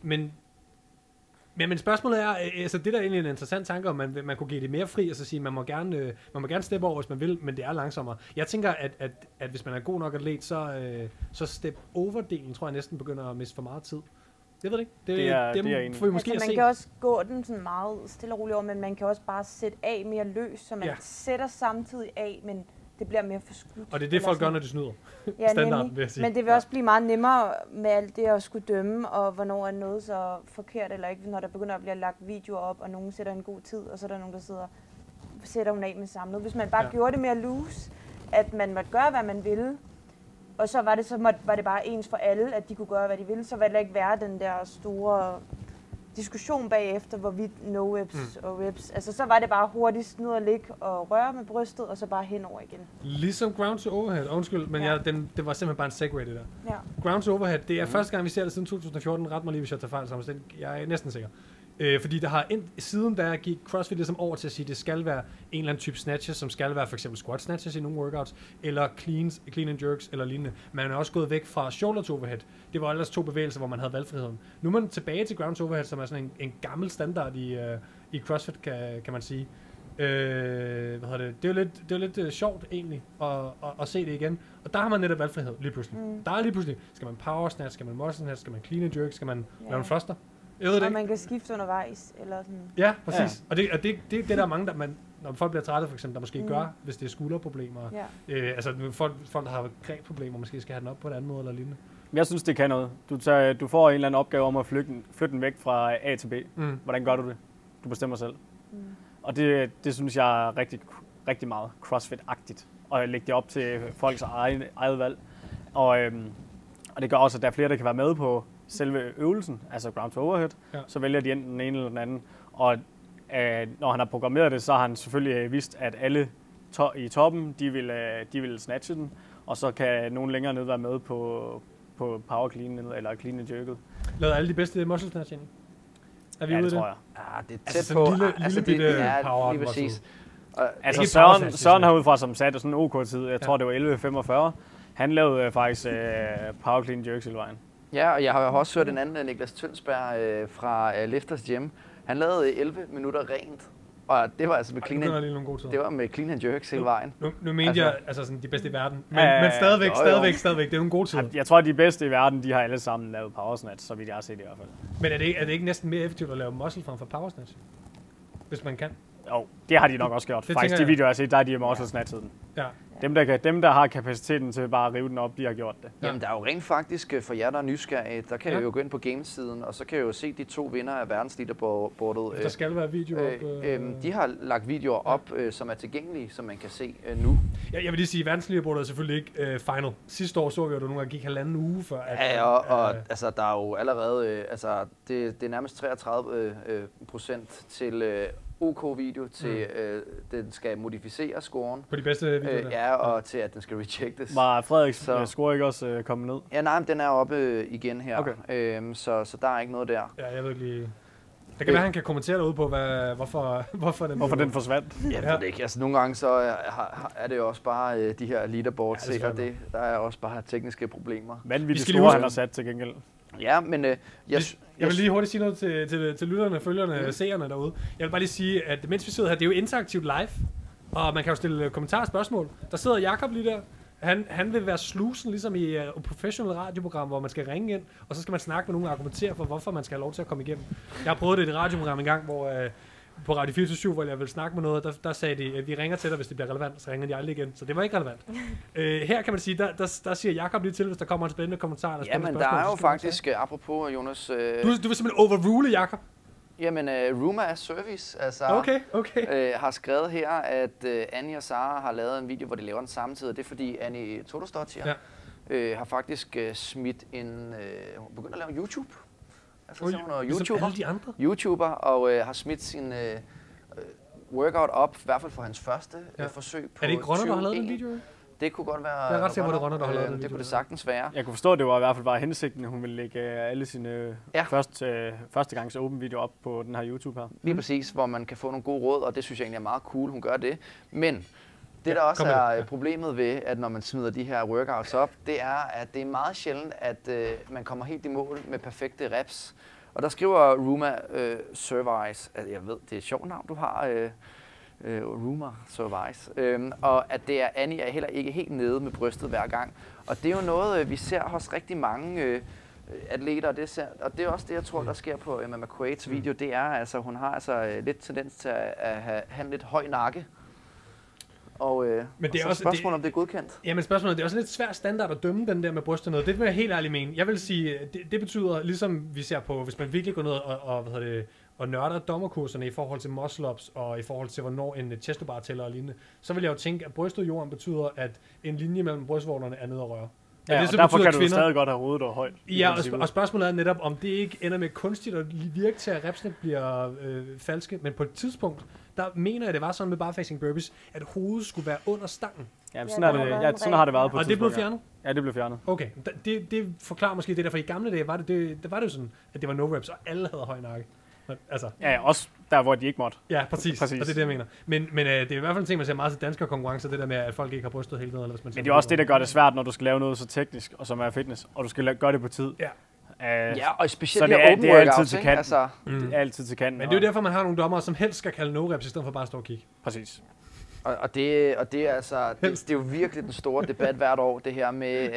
Men spørgsmålet er, altså det der er egentlig en interessant tanke, om man kunne give det mere fri, og så sige, man må gerne steppe over, hvis man vil, men det er langsommere. Jeg tænker, at hvis man er god nok atlet, så step over-delen, tror jeg næsten begynder at miste for meget tid. Jeg ved det ikke. Det får vi måske altså, man kan også gå den sådan meget stille og roligt over, men man kan også bare sætte af mere løs, så man sætter samtidig af, men det bliver mere forskudt. Og det er det, folk gør, når de snyder. Ja, standarden, vil jeg sige. Men det vil også blive meget nemmere med alt det at skulle dømme, og hvornår er noget så forkert eller ikke, når der begynder at blive lagt videoer op, og nogen sætter en god tid, og så er der nogen, der sætter hun af med samlet. Hvis man bare gjorde det mere loose, at man måtte gøre, hvad man ville, og så var det bare ens for alle, at de kunne gøre, hvad de ville, så ville der ikke være den der store diskussion bagefter, hvorvidt no-reps og reps. Altså, så var det bare hurtigst ned og ligge og røre med brystet, og så bare henover igen. Ligesom ground to overhead. Undskyld, men det var simpelthen bare en segway, det der. Ja. Ground to overhead, det er første gang, vi ser det siden 2014. Ret mig lige, hvis jeg tager fejl sammen. Jeg er næsten sikker. Fordi der har siden der gik CrossFit ligesom over til at sige, at det skal være en eller anden type snatches, som skal være for eksempel squat snatches i nogle workouts, eller clean and jerks eller lignende. Man er også gået væk fra shoulder to overhead. Det var ellers 2 bevægelser, hvor man havde valgfriheden. Nu er man tilbage til ground to overhead, som er sådan en gammel standard i CrossFit, kan man sige. Det er jo lidt sjovt egentlig at se det igen. Og der har man netop valgfrihed lige pludselig. Der er lige pludselig, skal man power snatch, skal man muscle snatch, skal man clean and jerk, skal man lave en thruster? Jeg ved det Og ikke. man kan skifte undervejs, eller sådan. Ja, præcis. Ja. Og det er der er mange, når folk bliver trætte for eksempel, der måske gør, hvis det er skulderproblemer. Ja. Altså folk, der har grebproblemer, måske skal have den op på en anden måde eller lignende. Jeg synes, det kan noget. Du får en eller anden opgave om at flytte den væk fra A til B. Hvordan gør du det? Du bestemmer selv. Og det synes jeg er rigtig, rigtig meget CrossFit-agtigt. Og lægge det op til folks eget valg. Og det gør også, at der er flere, der kan være med på selve øvelsen, altså ground to overhead. Ja. Så vælger de enten den ene eller den anden. Og når han har programmeret det, så har han selvfølgelig vidst, at alle i toppen, de vil snatche den. Og så kan nogen længere ned være med på power clean eller clean and jerket. Lavede alle de bedste muscle snatch ind? Er vi ude det tror jeg. Ja, det er tæt altså, på. Lille bitte power lige præcis. Altså Søren herude som satte sådan en OK-tid. Jeg tror, det var 11.45. Han lavede faktisk power clean jerks hele vejen. Ja, og jeg har også hørt en anden, Niklas Tønsberg fra Lifters Gym. Han lavede 11 minutter rent. Og det var altså med clean and jerks hele vejen. Nu mente jeg altså sådan de bedste i verden. Men stadigvæk, det er nogle gode tider. Jeg tror, at de bedste i verden, de har alle sammen lavet power snatch, så vidt jeg har set i hvert fald. Men er det ikke næsten mere effektivt at lave muscle frem for power snatch? Hvis man kan. Jo, det har de nok også gjort. Faktisk de videoer, jeg har set, der er de muscle snatchet den. Ja. Dem, der har kapaciteten til bare at rive den op, de har gjort det. Jamen, der er jo rent faktisk, for jer, der er nysgerrige, der kan I jo gå ind på gamesiden, og så kan I jo se de 2 vinder af verdensleaderboardet. Der skal være videoer op. De har lagt videoer op, som er tilgængelige, som man kan se nu. Ja, jeg vil lige sige, at verdensleaderboardet er selvfølgelig ikke final. Sidste år så vi jo, at der nogle gange gik 1,5 uge før. Og altså, der er jo allerede, det er nærmest 33% til OK-video til, den skal modificere scoren. På de bedste videoer? Ja, og til at den skal rejectes. Var Frederiks score ikke også kommet ned? Ja, nej, den er oppe igen her. Okay. Så der er ikke noget der. Ja, jeg ved ikke lige. Det kan være, han kan kommentere derude på, hvorfor den forsvandt. Jeg ved det ikke. Altså, nogle gange så er det jo også bare de her leaderboards, og der er også bare tekniske problemer. Vanvittigt store, han har sat til gengæld. Ja, men jeg vil lige hurtigt sige noget til lytterne, følgerne, seerne derude. Jeg vil bare lige sige, at mens vi sidder her, det er jo interaktivt live, og man kan jo stille kommentarer og spørgsmål. Der sidder Jakob lige der. Han vil være slusen, ligesom i et professionelt radioprogram, hvor man skal ringe ind, og så skal man snakke med nogen og argumentere for, hvorfor man skal have lov til at komme igennem. Jeg har prøvet det i et radioprogram en gang, hvor på Radio 24/7, hvor jeg ville snakke med noget, der sagde de, at vi ringer til dig, hvis det bliver relevant, så ringer de aldrig igen. Så det var ikke relevant. Her kan man sige, der siger Jakob lige til, hvis der kommer en spændende kommentar. Eller ja, men der er jo faktisk, apropos Jonas... Du vil simpelthen overrule Jakob? Jamen, Ruma Service har skrevet her, at Annie og Sara har lavet en video, hvor de laver den samtidig. Det er fordi Annie Todosdottir har faktisk smidt hun begynder at lave YouTube. Altså, hun er YouTuber og har smidt sin workout op, i hvert fald for hans første forsøg på 20. Er det ikke Rønner, der har lavet den video? Det kunne godt være. Jeg er ret sikker på, det Rønner, der har lavet den video. Det kunne det sagtens være. Jeg kunne forstå, at det var i hvert fald bare hensigten, at hun ville lægge alle sine førstegangs open video op på den her YouTube her. Lige præcis, hvor man kan få nogle gode råd, og det synes jeg egentlig er meget cool, hun gør det. Men det, der også er problemet ved, at når man smider de her workouts op, det er, at det er meget sjældent, at man kommer helt i mål med perfekte reps. Og der skriver Ruma Service, at jeg ved, det er et sjovt navn, du har, Ruma Service, og at det er Annie er heller ikke helt nede med brystet hver gang. Og det er jo noget, vi ser hos rigtig mange atleter, og det er også det, jeg tror, der sker på Emma McQuaids video, det er, altså hun har altså lidt tendens til at have en lidt høj nakke. Og men det er også spørgsmålet, om det er godkendt. Ja, men spørgsmålet, det er også lidt svært standard at dømme den der med brystet noget. Det vil jeg helt ærligt mene. Jeg vil sige, det betyder, ligesom vi ser på, hvis man virkelig går ned og nørder dommerkurserne i forhold til muscle-ups og i forhold til, hvornår en chest-to-bar tæller og lignende, så vil jeg jo tænke, at brystet jorden betyder, at en linje mellem brystvorterne er nede at røre. Ja, og derfor kan du stadig godt have hovedet og højt. Ja, og spørgsmålet er netop, om det ikke ender med kunstigt at virke til, at repsene bliver falske. Men på et tidspunkt, der mener jeg, det var sådan med barfacing burpees, at hovedet skulle være under stangen. Ja, sådan har det været på et tidspunkt. Og det blev fjernet? Ja, det blev fjernet. Okay, det forklarer måske det der, for i gamle dage var det jo sådan, at det var no reps, og alle havde høj nakke. Altså, Ja, også der, hvor de ikke måtte. ja, præcis. Og det er det, jeg mener. Men det er i hvert fald en ting, man ser meget til danske konkurrencer, det der med, at folk ikke har brystet helt ned. Eller hvis man Men det er også det, der gør det svært, når du skal lave noget så teknisk, og som er fitness, og du skal gøre det på tid. Ja. Ja, og specielt så de her open det er altid workouts, til ikke? kanten. Altså, Det er altid til kanten. Men det er jo derfor, man har nogle dommere, som helst skal kalde no-reps, i stedet for bare at stå og kigge. Præcis. og det er altså, det er jo virkelig den store debat hvert år, det her med,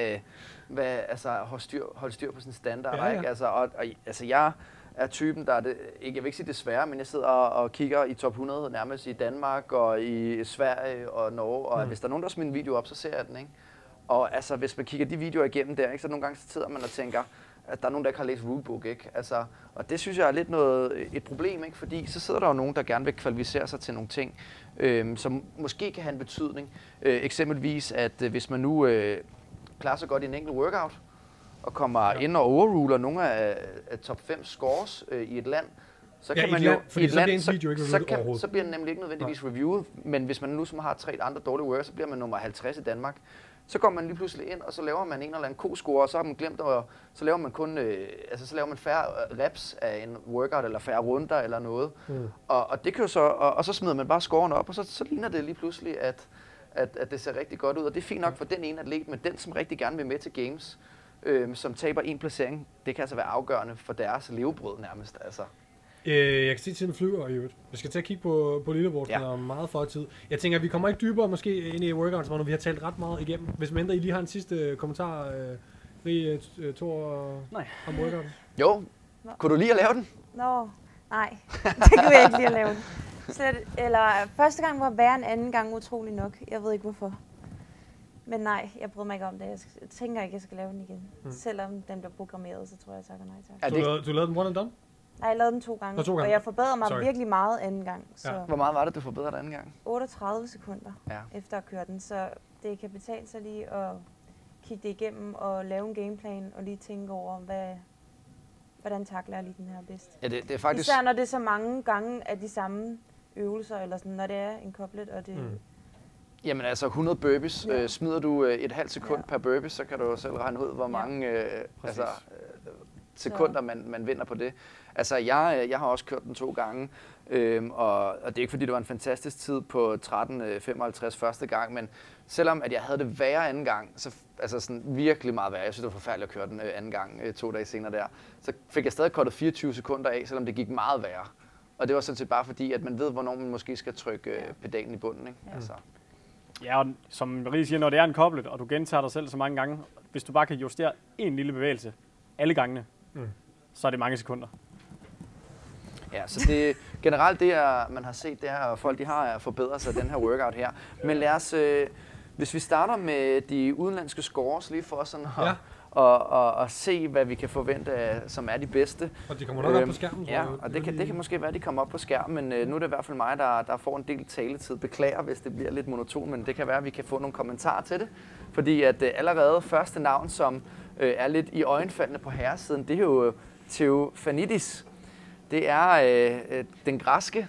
holde styr på sin standard, Ja, ja. ikke? Altså, jeg er typen, der er det, ikke, jeg vil ikke sige desværre, men jeg sidder og kigger i top 100 nærmest i Danmark og i Sverige og Norge, og hvis der er nogen, der smider en video op, så ser jeg den, ikke? Og altså, hvis man kigger de videoer igennem der, ikke, så nogle gange så sidder man og tænker, at der er nogen, der ikke har læst rulebook, ikke? Altså, og det synes jeg er lidt et problem, ikke? Fordi så sidder der jo nogen, der gerne vil kvalificere sig til nogle ting, som måske kan have en betydning. Eksempelvis, at hvis man nu klarer sig godt i en enkelt workout, og kommer ind og overruler nogle af top 5 scores i et land, så kan man jo fordi så bliver en video ikke reviewet overhovedet. så bliver den nemlig ikke nødvendigvis reviewet, men hvis man nu som har 3 andre dårlige workouts, så bliver man nummer 50 i Danmark. Så går man lige pludselig ind, og så laver man en eller anden ko-score, og så har man glemt, og så laver man kun, så laver man færre reps af en workout, eller færre runder, eller noget. Og det kan jo så, og så smider man bare scoren op, og så ligner det lige pludselig, at det ser rigtig godt ud. Og det er fint nok for den ene atlet, men den, som rigtig gerne vil med til games, som taber en placering, det kan altså være afgørende for deres levebrød nærmest. Altså. Jeg kan se, at tiden flyver i øvrigt. Vi skal til at kigge på leaderboarden om meget for tid. Jeg tænker, at vi kommer ikke dybere måske ind i workouts, hvor vi har talt ret meget igennem. Hvis mindre I lige har en sidste kommentar, Thor, om workouten. Jo, kunne du lige at lave den? Nej, det kunne jeg ikke lige at lave den. Første gang var værre end anden gang, utrolig nok. Jeg ved ikke hvorfor. Men nej, jeg bryder mig ikke om det. Jeg tænker ikke, jeg skal lave den igen. Selvom den bliver programmeret, så tror jeg, takker nej tak. Du lavede den one and done? Nej, jeg lavede den 2 gange. Og jeg forbedrede mig virkelig meget anden gang. Så Hvor meget var det, du forbedrede anden gang? 38 sekunder efter at køre den. Så det kan betale sig lige at kigge det igennem og lave en gameplan og lige tænke over, hvordan takler jeg lige den her bedst. Ja, det er faktisk... Især når det er så mange gange af de samme øvelser, eller sådan, når det er en couplet, og det... Jamen altså 100 burpees. Smider du et halvt sekund per burpee, så kan du jo selv regne ud, hvor mange sekunder man vinder på det. Altså jeg har også kørt den 2 gange, og det er ikke fordi det var en fantastisk tid på 13.55 første gang, men selvom at jeg havde det værre anden gang, så altså sådan virkelig meget værre. Jeg synes det var forfærdeligt at køre den anden gang 2 dage senere der. Så fik jeg stadig kortet 24 sekunder af, selvom det gik meget værre. Og det var sådan set bare fordi, at man ved, hvornår man måske skal trykke pedalen i bunden, ikke? Ja. Altså. Ja, og som Marie siger, når det er en couplet, og du gentager dig selv så mange gange, hvis du bare kan justere en lille bevægelse alle gangene, så er det mange sekunder. Ja, så det generelt det, man har set, det er, at folk de har forbedret sig den her workout her. Men lad os, hvis vi starter med de udenlandske scores, lige for sådan at se, hvad vi kan forvente af, som er de bedste. Og de kommer nok op på skærmen. Ja, og det kan måske være, at de kommer op på skærmen, men nu er det i hvert fald mig, der får en del taletid. Beklager, hvis det bliver lidt monoton, men det kan være, at vi kan få nogle kommentarer til det. Fordi at allerede første navn, som er lidt i øjenfaldende på herresiden, det er jo Theofanidis. Det er den græske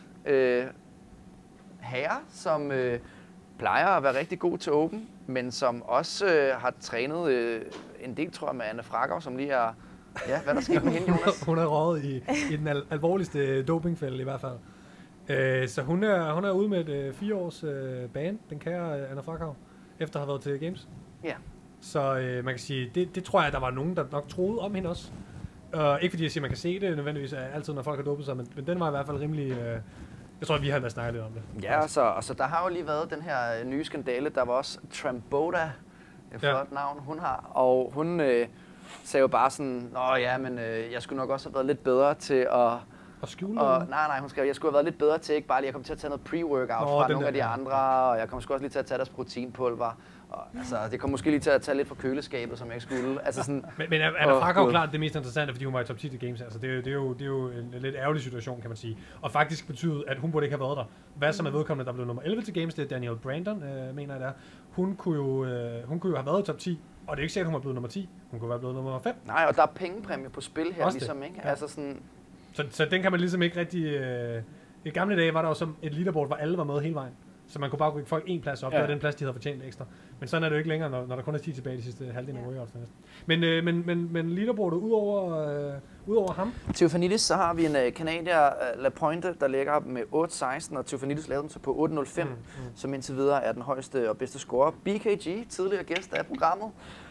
herre, som plejer at være rigtig god til Open, men som også har trænet en del, tror jeg, med Anne Fragau, som lige er... Ja, hvad der sker med hende, Jonas? Hun er røget i den alvorligste dopingfælde i hvert fald. Så hun er ude med et 4 års ban, den kære Anne Fragau, efter at have været til Games. Ja. Så man kan sige, det tror jeg, der var nogen, der nok troede om hende også. Ikke fordi jeg siger, man kan se det nødvendigvis altid, når folk har dopet sig, men den var i hvert fald rimelig... jeg tror, vi har været snakket lidt om det. Ja, så der har jo lige været den her nye skandale. Der var også Tramboda, et flot navn, hun har. Og hun sagde jo bare sådan, men jeg skulle nok også have været lidt bedre til at... Og skjule det? Nej, hun skrev, jeg skulle have været lidt bedre til, ikke bare lige, jeg kom til at tage noget pre-workout fra nogle af de andre, og jeg kom sgu også lige til at tage deres proteinpulver. Og, altså, det kom måske lige til at tage lidt fra køleskabet, som jeg ikke skulle. Altså, sådan, men Anna Fragau klart det mest interessante, fordi hun var i top 10 til Games. Altså, det er jo en lidt ærgerlig situation, kan man sige. Og faktisk betyder, at hun burde ikke have været der. Hvad som er vedkommende, der blev nummer 11 til Games, det er Danielle Brandon, mener jeg det er. Hun kunne jo have været i top 10, og det er ikke sikkert, at hun var blevet nummer 10. Hun kunne være blevet nummer 5. Nej, og der er pengepræmie på spil her, også ligesom, det. Ikke? Ja. Altså sådan... Så den kan man ligesom ikke rigtig... I gamle dage var der jo som et leaderboard, hvor alle var med hele vejen. Så man kunne bare give folk en plads op, Ja. der den plads, de havde fortjent ekstra. Men sådan er det jo ikke længere, når der kun er 10 tilbage de sidste halvdelen af workouts. Men leaderboardet, udover ham? Teofanidis, så har vi en kanadier, Lapointe, der ligger med 8.16, og Teofanidis lavede den så på 8.05, som indtil videre er den højeste og bedste scorer. BKG, tidligere gæst af programmet,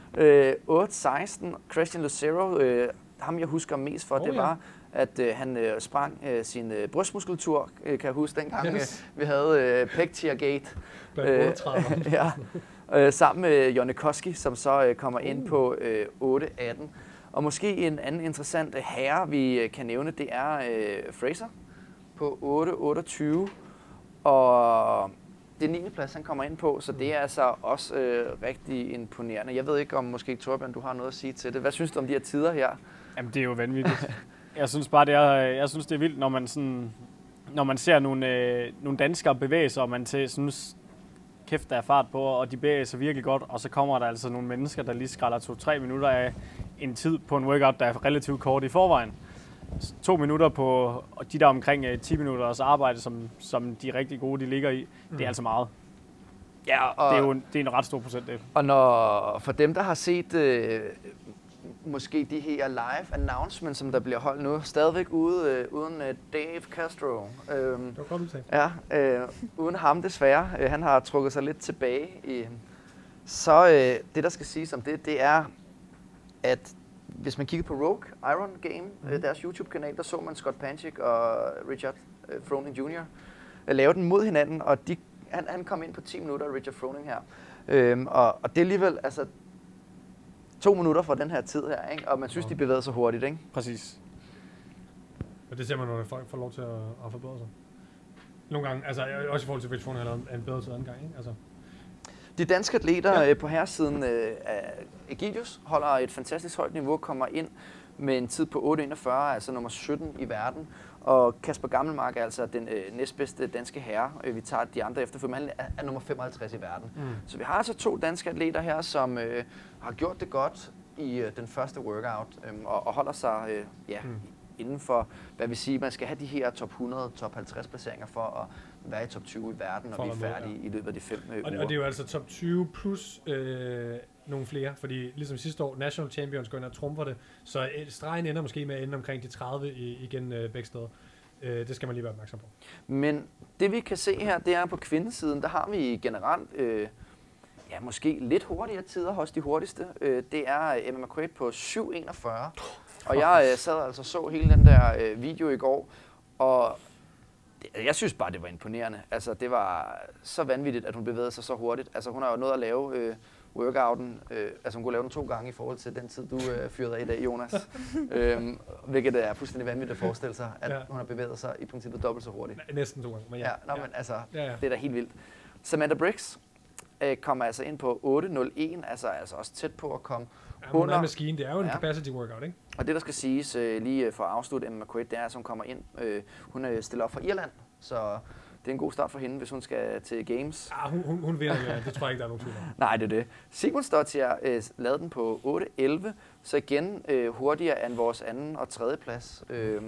8.16. Christian Lucero, ham jeg husker mest for, det var, at han sprang sin brystmuskulatur, kan jeg huske dengang, vi havde Pectier Gate. Sammen med Jonne Koski, som så kommer ind på 8.18. Og måske en anden interessant herre, vi kan nævne, det er Fraser på 8.28. Og det er 9. plads, han kommer ind på, så det er altså også rigtig imponerende. Jeg ved ikke, om måske Torbjørn, du har noget at sige til det. Hvad synes du om de her tider her? Jamen, det er jo vanvittigt. Jeg synes bare, det er vildt, når man ser nogle danskere bevæge sig, og man synes, kæft, der er fart på, og de bevæger sig virkelig godt, og så kommer der altså nogle mennesker, der lige skræller 2-3 minutter af en tid på en workout, der er relativt kort i forvejen. 2 minutter på de der omkring 10 minutters arbejde, som de rigtig gode, de ligger i, det er altså meget. Ja, og det er en ret stor procentdel. Og for dem, der har set måske de her live announcements, som der bliver holdt nu, stadigvæk uden Dave Castro. Det var godt udtalt. Ja, uden ham desværre. Han har trukket sig lidt tilbage. Så det, der skal siges om det er, at hvis man kigger på Rogue Iron Game, deres YouTube-kanal, der så man Scott Panchik og Richard Froning Jr. lave den mod hinanden, og han kom ind på 10 minutter, Richard Froning her. Og det er alligevel, altså 2 minutter for den her tid her, ikke? Og man synes, de bevæger sig hurtigt, ikke? Præcis. Og det ser man, når folk får lov til at forbedre sig. Nogle gange, altså også i forhold til Rich Froning, har lavet en bedre tid anden gang, ikke? Altså. De danske atleter på herresiden af Egidius holder et fantastisk højt niveau, kommer ind med en tid på 8.41, altså nummer 17 i verden. Og Kasper Gammelmark er altså den næstbedste danske herre. Vi tager de andre efterfølgende. Han er nummer 55 i verden. Så vi har altså 2 danske atleter her, som har gjort det godt i den første workout og holder sig inden for, hvad vi siger, man skal have de her top 100, top 50 placeringer for at være i top 20 i verden, når vi er færdige i løbet af de 5 uger. Og det er jo altså top 20 plus nogle flere, fordi ligesom sidste år, National Champions går ind og trumfer det, så stregen ender måske med at ende omkring de 30 igen begge steder. Det skal man lige være opmærksom på. Men det vi kan se her, det er på kvindesiden, der har vi generelt måske lidt hurtigere tider hos de hurtigste. Det er Emma McQuaid på 7.41. Og jeg sad altså så hele den der video i går, og jeg synes bare, det var imponerende. Altså, det var så vanvittigt, at hun bevægede sig så hurtigt. Altså, hun har jo nået at lave workouten. Altså, hun kunne lave den 2 gange i forhold til den tid, du fyrede af i dag, Jonas. Hvilket er fuldstændig vanvittigt at forestille sig, at hun har bevæget sig i princippet dobbelt så hurtigt. Næsten 2 gange, men men altså, det er da helt vildt. Samantha Briggs kommer altså ind på 8.01, altså også tæt på at komme under. Er maskinen, det er jo en capacity workout, ikke? Og det, der skal siges lige for at afslutte Emma McQuaid, det er, at hun kommer ind. Hun stiller op fra Irland, så det er en god start for hende, hvis hun skal til Games. Hun vinder, det tror jeg ikke, der er nogen tvivl om. Nej, det er det. Sigmundsdottir lavede den på 8.11, så igen hurtigere end vores anden og tredje plads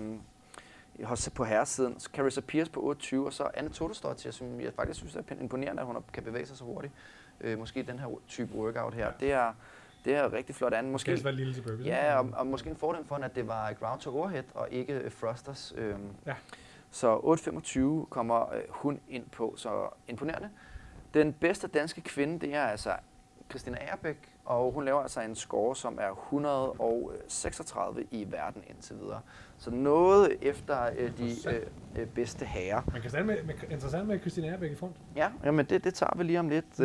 på herresiden. Carissa Pierce på 8.20, og så Anne Todesdottir, som jeg faktisk synes er imponerende, at hun kan bevæge sig så hurtigt. Måske den her type workout her. Det er rigtig flot andet. Måske være lille til burpees. Ja, og måske en fordel for, at det var ground to overhead og ikke thrusters. Så 8.25 kommer hun ind på, så imponerende. Den bedste danske kvinde, det er altså Christina Agerbæk, og hun laver altså en score, som er 136 i verden indtil videre. Så noget efter de bedste herrer. Man kan starte med interessant med Christina Agerbæk i front. Ja, men det tager vi lige om lidt.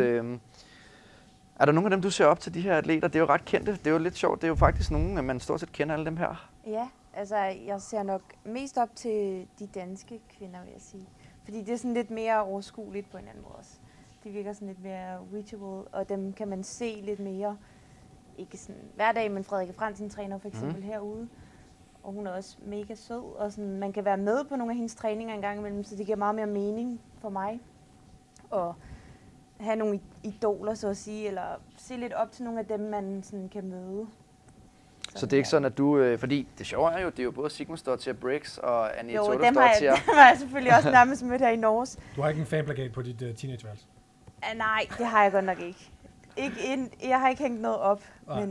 Er der nogle af dem, du ser op til, de her atleter? Det er jo ret kendte. Det er jo lidt sjovt. Det er jo faktisk nogen, man stort set kender alle dem her. Ja, altså jeg ser nok mest op til de danske kvinder, vil jeg sige. Fordi det er sådan lidt mere overskueligt på en anden måde også. De virker sådan lidt mere reachable, og dem kan man se lidt mere. Ikke sådan hver dag, men Frederikke Fransen træner for eksempel herude. Og hun er også mega sød, og sådan, man kan være med på nogle af hendes træninger en gang imellem, så det giver meget mere mening for mig. Og have nogle idoler, så at sige, eller se lidt op til nogle af dem, man sådan kan møde. Så Så det er ikke sådan, at du... fordi det sjove er jo, det er jo både Sigmund Stottier Briggs og Annie Jo, Toda dem har jeg selvfølgelig også nærmest mødt her i Norge. Du har ikke en fanplakat på dit teenageværelse? Nej, det har jeg godt nok ikke. Jeg har ikke hængt noget op,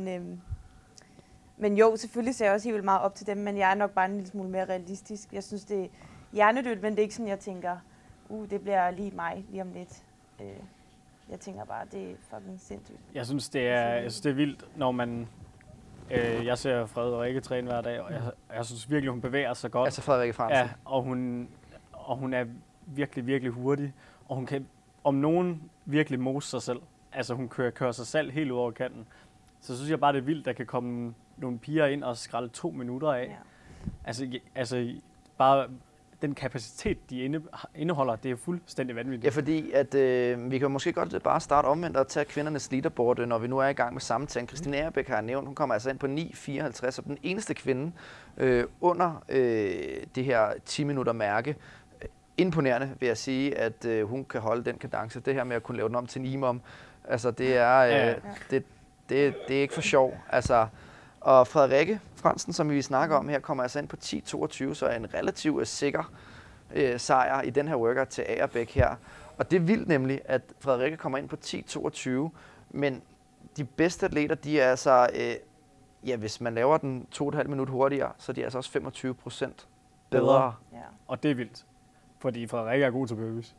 men jo, selvfølgelig ser jeg også helt vildt meget op til dem, men jeg er nok bare en lille smule mere realistisk. Jeg synes, det er hjernedødt, men det er ikke sådan, jeg tænker, det bliver lige mig lige om lidt. Jeg tænker bare, det er fucking sindssygt. Jeg synes, det er vildt, når man... jeg ser Frederikke træne hver dag, og jeg synes virkelig, hun bevæger sig godt. Altså Frederikke Fransen. Ja, og hun er virkelig, virkelig hurtig, og hun kan om nogen virkelig mose sig selv. Altså hun kører sig selv helt ud over kanten. Så synes jeg bare, det er vildt, der kan komme nogle piger ind og skrælle 2 minutter af. Ja. Altså bare den kapacitet, de indeholder, det er fuldstændig vanvittigt. Ja, fordi at, vi kan måske godt bare starte omvendt og tage kvindernes leaderboard, når vi nu er i gang med samtalen. Christine Agerbæk har jeg nævnt, hun kommer altså ind på 9.54, og den eneste kvinde under det her 10-minutter mærke. Imponerende vil jeg sige, at hun kan holde den kadence. Det her med at kunne lave den om til en imam, altså det er, det er ikke for sjov. Altså, og Frederikke Fransen, som vi snakker om her, kommer altså ind på 10.22, så er en relativt sikker sejr i den her workout til Agerbæk her. Og det er vildt nemlig, at Frederikke kommer ind på 10.22, men de bedste atleter, de er altså, hvis man laver den 2,5 minutter hurtigere, så er de altså også 25% bedre. Ja. Og det er vildt, fordi Frederikke er god til burpees.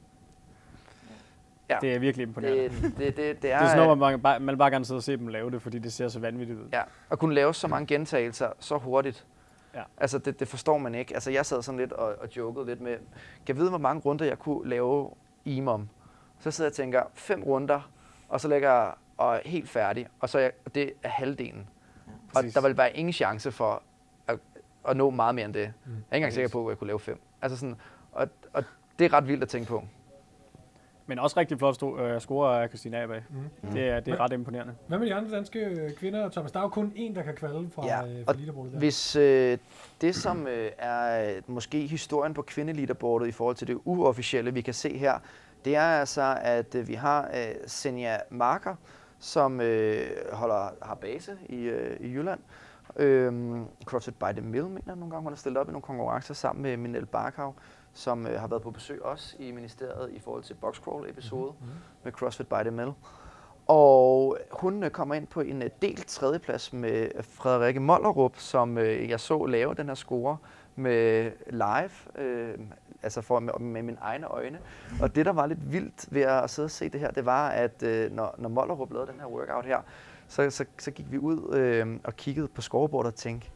Ja. Det er virkelig imponerende. Det er sådan noget, man vil bare gerne sidde og se dem lave det, fordi det ser så vanvittigt ud. Ja, at kunne lave så mange gentagelser så hurtigt. Ja. Altså det forstår man ikke. Altså jeg sad sådan lidt og jokede lidt med, kan jeg vide, hvor mange runder jeg kunne lave imam? Så sidder jeg og tænker, 5 runder, og så lægger jeg og helt færdig, og så det er halvdelen. Ja, og der vil være ingen chance for at nå meget mere end det. Jeg er ikke engang sikker på, at jeg kunne lave 5. Altså sådan, og det er ret vildt at tænke på. Men også rigtig flot score af Christine Agerbæk. Det er ret imponerende. Hvad med de andre danske kvinder, Thomas? Der er jo kun én, der kan kvalde fra leaderboardet der. Hvis det, som er måske historien på kvindeleaderboardet i forhold til det uofficielle, vi kan se her, det er altså, at vi har Senja Marker, som har base i Jylland. CrossFit by the Mill, mener jeg nogle gange, hun har stillet op i nogle konkurrencer sammen med Minel Barkhav, som har været på besøg også i ministeriet i forhold til boxcrawl-episode med CrossFit by the Mill. Og hun kommer ind på en delt tredjeplads med Frederikke Mollerup, som jeg så lave den her score med live, altså med mine egne øjne. Og det, der var lidt vildt ved at sidde og se det her, det var, at når Mollerup lavede den her workout her, så gik vi ud og kiggede på scoreboardet og tænkte,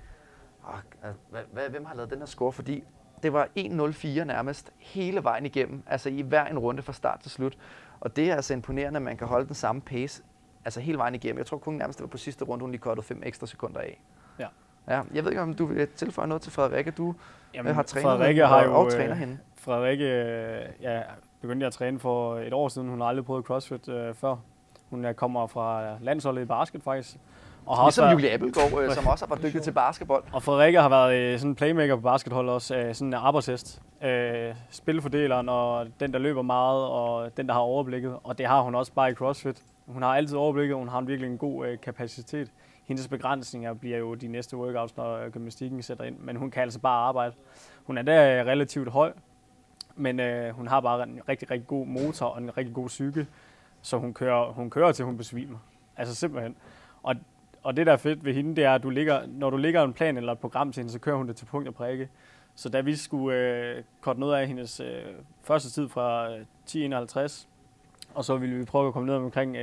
hvem har lavet den her score? Fordi det var 1.04 nærmest hele vejen igennem, altså i hver en runde fra start til slut. Og det er altså imponerende, at man kan holde den samme pace, altså hele vejen igennem. Jeg tror kun nærmest, det var på sidste runde, hun lige kortede 5 ekstra sekunder af. Ja. Jeg ved ikke, om du vil tilføje noget til Frederikke. Du har trænet Frederikke og træner hende. Frederikke begyndte at træne for et år siden. Hun har aldrig prøvet CrossFit før. Hun kommer fra landsholdet i basket faktisk. Og har ligesom Julie Appelgaard, som også har været dygtig til basketball. Og Frederikke har været sådan en playmaker på baskethold også, sådan en arbejdshest. Spilfordeleren og den, der løber meget, og den, der har overblikket. Og det har hun også bare i CrossFit. Hun har altid overblikket, og hun har virkelig en god kapacitet. Hendes begrænsninger bliver jo de næste workouts, når gymnastikken sætter ind. Men hun kan altså bare arbejde. Hun er der relativt høj, men hun har bare en rigtig, rigtig god motor og en rigtig god psyke. Så hun kører til hun besvimer. Altså simpelthen. Og det, der er fedt ved hende, det er, at når du lægger en plan eller et program til hende, så kører hun det til punkt og prikke. Så da vi skulle korte noget af hendes første tid fra 10.51, og så ville vi prøve at komme ned omkring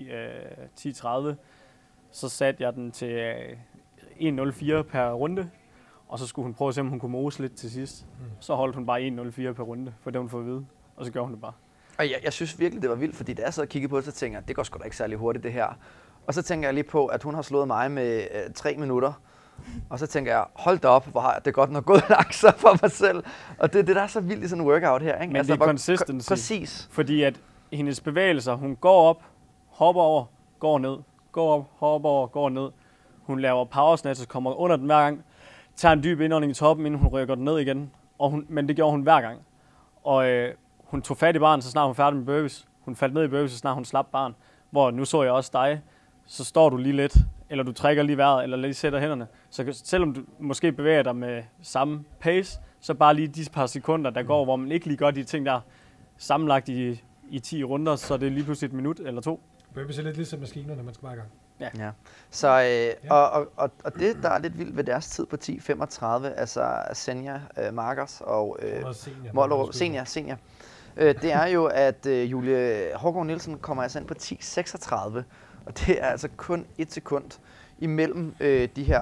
10.30, så satte jeg den til 1.04 per runde, og så skulle hun prøve at se, om hun kunne mose lidt til sidst. Så holdt hun bare 1.04 per runde, for det hun får at vide, og så gjorde hun det bare. Og jeg synes virkelig, det var vildt, fordi da jeg sad og kiggede på det, så tænkte jeg, det går sgu da ikke særlig hurtigt det her. Og så tænker jeg lige på, at hun har slået mig med 3 minutter. Og så tænker jeg, hold da op, hvor har det godt nok gået langsomt for mig selv. Og det der er så vildt i sådan en workout her, ikke? Men altså, det er consistency. Præcis. Fordi at hendes bevægelser, hun går op, hopper over, går ned, går op, hopper over, går ned. Hun laver power snatches, kommer under den hver gang, tager en dyb indånding i toppen, inden hun rykker den ned igen. Men det gjorde hun hver gang. Og hun tog fat i barn, så snart hun færdig med burpees. Hun faldt ned i burpees, så snart hun slap barn. Hvor nu så jeg også dig så står du lige lidt, eller du trækker lige vejret, eller lige sætter hænderne. Så selvom du måske bevæger dig med samme pace, så bare lige de par sekunder, der går, hvor man ikke lige gør de ting der sammenlagt i 10 runder, så det er lige pludselig 1 minut eller 2. Burpees er lidt ligesom maskinerne, man skal bare i gang. Ja. Så, og det, der er lidt vildt ved deres tid på 10.35, altså Senja Markers og Mollerup Senior, det er jo, at Julie Hårgaard Nielsen kommer altså ind på 10.36, og det er altså kun 1 sekund imellem de her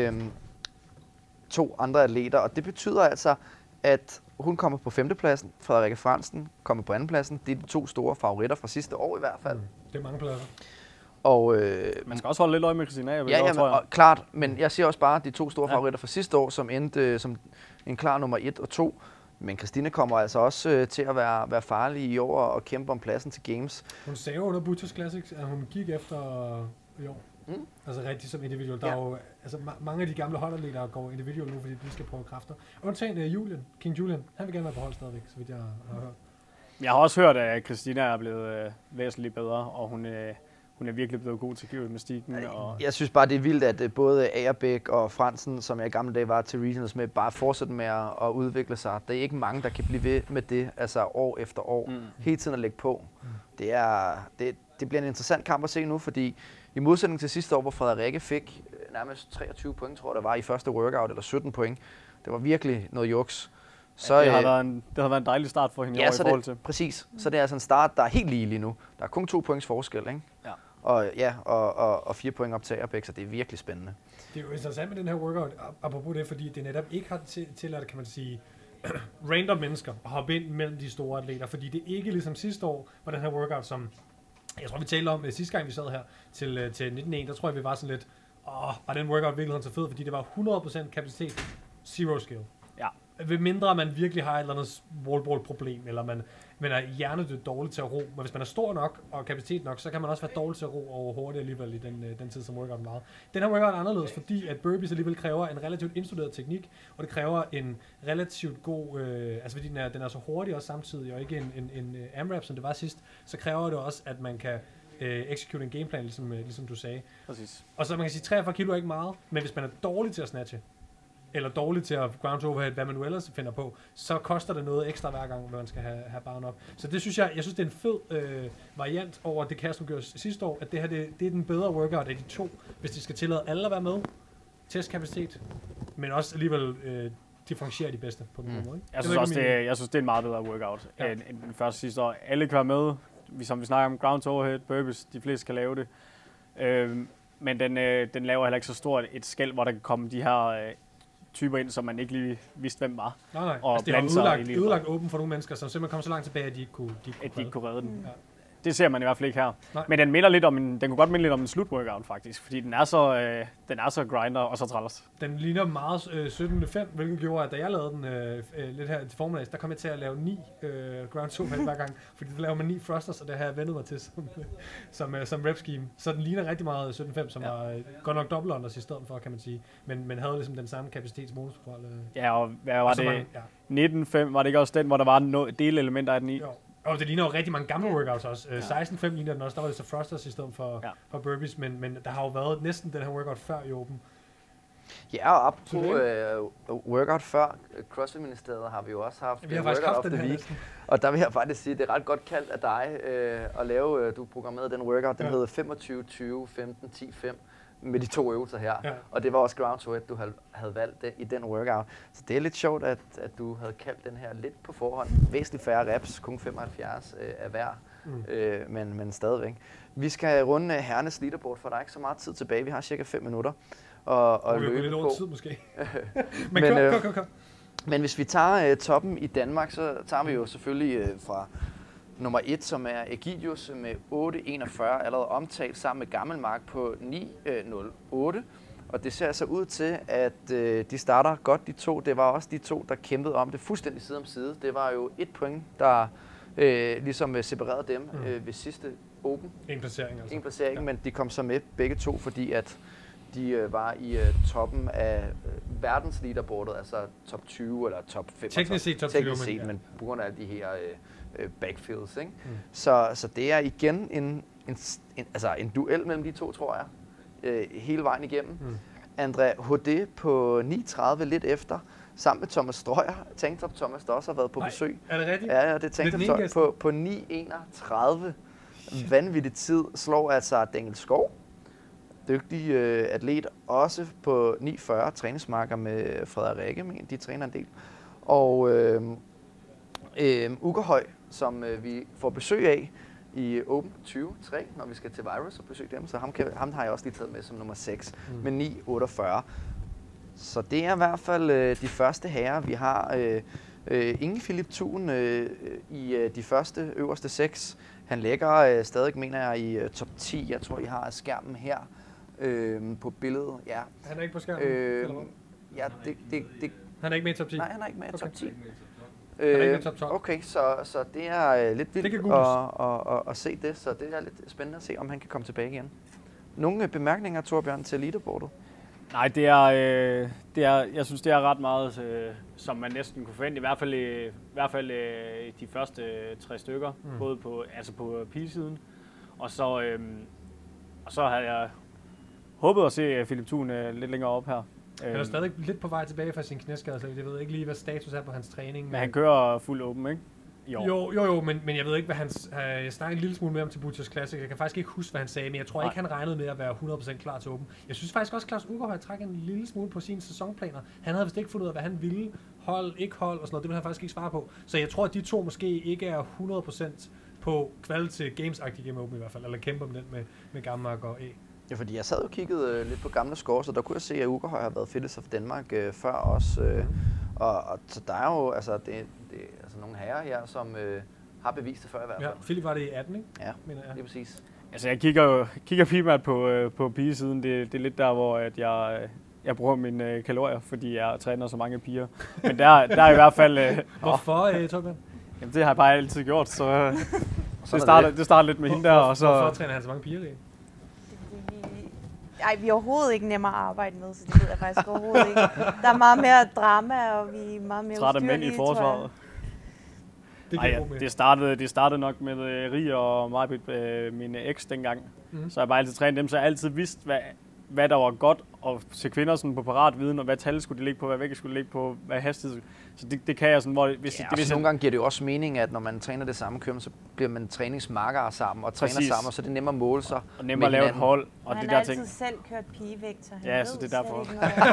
2 andre atleter, og det betyder altså, at hun kommer på 5. pladsen, Frederikke Fransen kommer på 2. pladsen. Det er de 2 store favoritter fra sidste år i hvert fald. Det er mange pladser. Og, man skal også holde lidt øje med Christina. Klart, men jeg siger også bare, de 2 store favoritter fra sidste år, som endte som en klar nummer 1 og 2. Men Christine kommer altså også til at være farlig i år og kæmpe om pladsen til Games. Hun sagde jo under Butchers Classics, at hun gik efter i år. Altså rigtig som individual. Der er jo, altså mange af de gamle holdatleter går individual nu, fordi de skal prøve kræfter. Undtagen King Julian, han vil gerne være på hold stadigvæk, så vidt jeg har hørt. Jeg har også hørt, at Christina er blevet væsentligt bedre, og hun er virkelig blevet god til gymnastikken. Jeg synes bare, det er vildt, at både Agerbæk og Fransen, som jeg i gamle dage var til regionals med, bare fortsætter med at udvikle sig. Der er ikke mange, der kan blive ved med det, altså år efter år. Hele tiden at lægge på. Det bliver en interessant kamp at se nu, fordi i modsætning til sidste år, hvor Frederikke fik nærmest 23 point, tror jeg, der var i første workout, eller 17 point. Det var virkelig noget juks. Så, det har været en dejlig start for hende i år i forhold til. Præcis. Så det er altså en start, der er helt lige nu. Der er kun 2 points forskel, ikke? Ja. Og 4 point op til Agerbæk, så det er virkelig spændende. Det er jo interessant med den her workout, apropos det, fordi det netop ikke har tilladt, kan man sige, random mennesker at hoppe ind mellem de store atleter, fordi det ikke ligesom sidste år var den her workout, som jeg tror, vi talte om sidste gang, vi sad her til 19.1, der tror jeg, vi var sådan lidt, var den workout virkelig så fed, fordi det var 100% kapacitet, zero skill. Ja. Ved mindre man virkelig har et eller andet wallball-problem, eller man er hjernedødt dårlig til at ro. Men hvis man er stor nok og kapacitet nok, så kan man også være dårlig til at ro og hurtigt alligevel i den tid, som workouten varede. Den her workout er anderledes, fordi at burpees alligevel kræver en relativt indstuderet teknik, og det kræver en relativt god, altså fordi den er så hurtig også samtidig, og ikke en AMRAP, som det var sidst, så kræver det også, at man kan execute en gameplan, ligesom du sagde. Præcis. Og så man kan sige, 43 kilo er ikke meget, men hvis man er dårlig til at snatche, eller dårligt til at ground to overhead, hvad man nu ellers finder på, så koster det noget ekstra hver gang, man skal have barn op. Så det synes jeg synes, det er en fed variant over det Castro gjorde sidste år, at det her det er den bedre workout af de 2, hvis de skal tillade alle at være med, testkapacitet, men også alligevel differentiere de bedste på den måde. Ikke? Jeg synes det er en meget bedre workout end den første sidste år. Alle kan være med, som vi snakker om, ground to overhead, burpees, de fleste kan lave det. Men den laver heller ikke så stort et skel, hvor der kan komme de her typer ind, som man ikke lige vidste, hvem var. Nej. Og altså, det har udlagt åben for nogle mennesker, som simpelthen kom så langt tilbage, at de ikke kunne redde den. Ja. Det ser man i hvert fald ikke her. Nej. Men den kunne godt minde lidt om en slutworkout faktisk, fordi den er så grinder og så træls. Den ligner meget 17.5, hvilket gjorde, at da jeg lavede den lidt her til formiddags, der kom jeg til at lave 9 ground to hver gang, fordi der laver man 9 thrusters, og det har jeg vendet mig til som rep scheme. Så den ligner rigtig meget 17.5, som var godt nok double unders i stedet for, kan man sige, men havde ligesom den samme kapacitetsmodusprotokoll. Ja, og hvad var det? 19.5, var det ikke også den, hvor der var delelementer af den i? Jo. Og det ligner jo rigtig mange gamle workouts også. 16.5 ligner den også. Der var det så thrusters i stedet for burpees, men der har jo været næsten den her workout før i åben. Ja, og apropos workout før CrossFit-ministeriet har vi jo også haft workout of the week. Og der vil jeg faktisk sige, at det er ret godt kaldt af dig at lave, du programmerede den workout, den hedder 25, 20, 15, 10, 5. Med de 2 øvelser her. Ja. Og det var også ground to overhead, du havde valgt i den workout. Så det er lidt sjovt, at du havde kaldt den her lidt på forhånd. Væsentligt færre reps, kun 75 af hver, men stadigvæk. Vi skal runde herrenes leaderboard, for der er ikke så meget tid tilbage. Vi har cirka 5 minutter og løbe på. Lidt over tid måske. men, kom. Men hvis vi tager toppen i Danmark, så tager vi jo selvfølgelig fra nummer 1, som er Egidius med 8.41, allerede omtalt sammen med Gammelmark på 9.08. Og det ser altså ud til, at de starter godt, de 2. Det var også de 2, der kæmpede om det fuldstændig side om side. Det var jo 1 point, der ligesom separerede dem ved sidste Open. En placering altså. En placering, men de kom så med begge 2, fordi at de var i toppen af verdens leaderboardet, altså top 20 eller top 5. Teknisk set top 20, men på grund af de her backfields, ikke? Så det er igen en duel mellem de to, tror jeg, hele vejen igennem. André HD på 9.30 lidt efter, sammen med Thomas Strøyer, Tanktop Thomas, der også har været på besøg. Er det rigtigt? Ja, det er Tanktop Thomas på 9.31. Vanvittig tid slår altså Daniel Skov, dygtig atlet, også på 9.40, træningsmarker med Frederikke, men de træner en del. Og Ugerhøj, som vi får besøg af i Open 2023, når vi skal til Virus og besøge dem, så ham har jeg også lige taget med som nummer 6 med 9.48. Så det er i hvert fald de første herrer. Vi har ingen Philip Thun i de første øverste 6. Han ligger stadig, mener jeg, i top 10. Jeg tror, I har skærmen her på billedet. Ja. Han er ikke på skærmen? Ja, han er ikke med i top 10? Nej, han er ikke med i top 10. Han er ikke med i top 12. Okay, så det er lidt vildt at se det, så det er lidt spændende at se, om han kan komme tilbage igen. Nogle bemærkninger, Torbjørn, til leaderboardet? Nej, jeg synes, det er ret meget, som man næsten kunne forvente, i hvert fald de første 3 stykker, både på pigesiden, og så havde jeg håbet at se Philip Thun lidt længere op her. Han er stadig lidt på vej tilbage fra sin knæskade, så jeg ved ikke lige, hvad status er på hans træning. Men han kører fuld åben, ikke? Jo, men jeg ved ikke, hvad hans... Jeg snakkede en lille smule med ham til Butchers Classic. Jeg kan faktisk ikke huske, hvad han sagde, men jeg tror ikke, han regnede med at være 100% klar til åben. Jeg synes faktisk også, Claus Ugerhøj træk en lille smule på sine sæsonplaner. Han havde vist ikke fundet ud af, hvad han ville. Hold, ikke hold og sådan noget. Det vil han faktisk ikke svare på. Så jeg tror, at de to måske ikke er 100% på kvalitet games-agtige Game Open i hvert fald. Eller kæmper med den med Gammark og E. Ja, fordi jeg sad og kiggede lidt på gamle scores, og der kunne jeg se, at Ugerhøj har været Fitness of Denmark før også. Og så der er jo altså, det altså nogle herrer her, som har bevist det før i hvert fald. Ja, Philip var det i 18, ikke? Ja, mener jeg. det er præcis. Altså jeg kigger primært på pigesiden. Det er lidt der, hvor at jeg bruger mine kalorier, fordi jeg træner så mange piger. Men der er i hvert fald... Hvorfor, Torbjørn? Jamen det har jeg bare altid gjort, så det starter lidt med hende der. Og så... Hvorfor træner han så mange piger i? Ej, vi er overhovedet ikke nemmere at arbejde med, så det ved jeg faktisk overhovedet ikke. Der er meget mere drama, og vi er meget mere trætte mænd i forsvaret. Det startede nok med Rie og Marbit, min eks dengang. Så jeg bare altid trænet dem, så jeg altid vidste, hvad der var godt at se kvinder sådan på parat viden, og hvad tal skulle de ligge på, hvad vægt skulle de ligge på, hvad hastighed. Så det kan jeg sådan, hvor... Nogle gange giver det jo også mening, at når man træner det samme køn, så bliver man træningsmarkere sammen og træner sammen, og så er det nemmere at måle sig. Og nemmere at lave et hold. Og han det har der ting. altid selv kørt pigevægter. Ja, så det er derfor.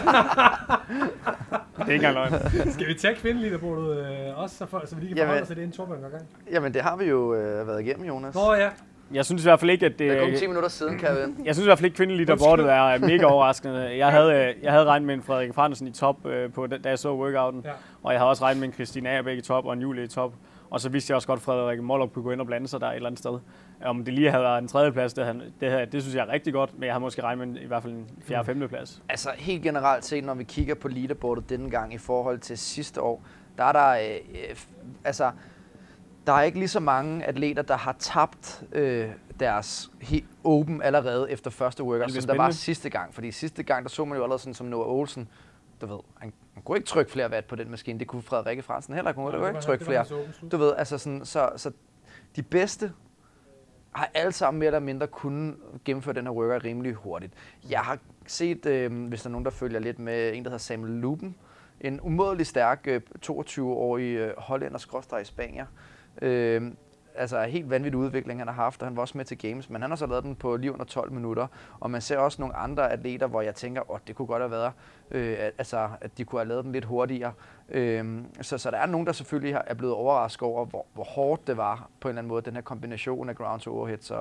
Det er ikke engang løgn. Skal vi tage kvindeliderbordet også, så vi lige kan forholde os til det, inden Torbjørn går gang? Jamen, det har vi jo været igennem, Jonas. Ja. Jeg synes i hvert fald ikke, at det... Det er kun 10 minutter siden, Kevin. Jeg synes i hvert fald ikke, at kvindeliderbordet er mega overraskende. Jeg havde regnet med en Frederik Fransen i top, da jeg så workouten. Ja. Og jeg havde også regnet med en Christine Agerbæk i top og en Julie i top. Og så vidste jeg også godt, at Frederik Mollup kunne gå ind og blande sig der et eller andet sted. Om det lige havde været en 3. plads, det synes jeg er rigtig godt, men jeg har måske regnet med i hvert fald en 4. og 5. plads. Altså helt generelt set, når vi kigger på leaderboardet denne gang i forhold til sidste år, der er der... Der er ikke lige så mange atleter, der har tabt deres Open allerede efter første workout, som der var sidste gang. Fordi sidste gang, der så man jo allerede sådan som Noah Olsen. Du ved, han kunne ikke trykke flere watt på den maskine. Det kunne Frederikke Fransen heller ikke. Hun kunne ikke trykke flere. Du ved, altså sådan, så de bedste har alle sammen mere eller mindre kunne gennemføre den her workout rimelig hurtigt. Jeg har set, hvis der er nogen, der følger lidt med, en der hedder Samuel Luben. En umådelig stærk 22-årig hollænder/spanier. Altså helt vanvittig udvikling, han har haft, og han var også med til Games, men han har så lavet den på lige under 12 minutter, og man ser også nogle andre atleter, hvor jeg tænker, det kunne godt have været, at de kunne have lavet den lidt hurtigere. Så der er nogen, der selvfølgelig er blevet overrasket over, hvor hårdt det var på en eller anden måde, den her kombination af ground to overheads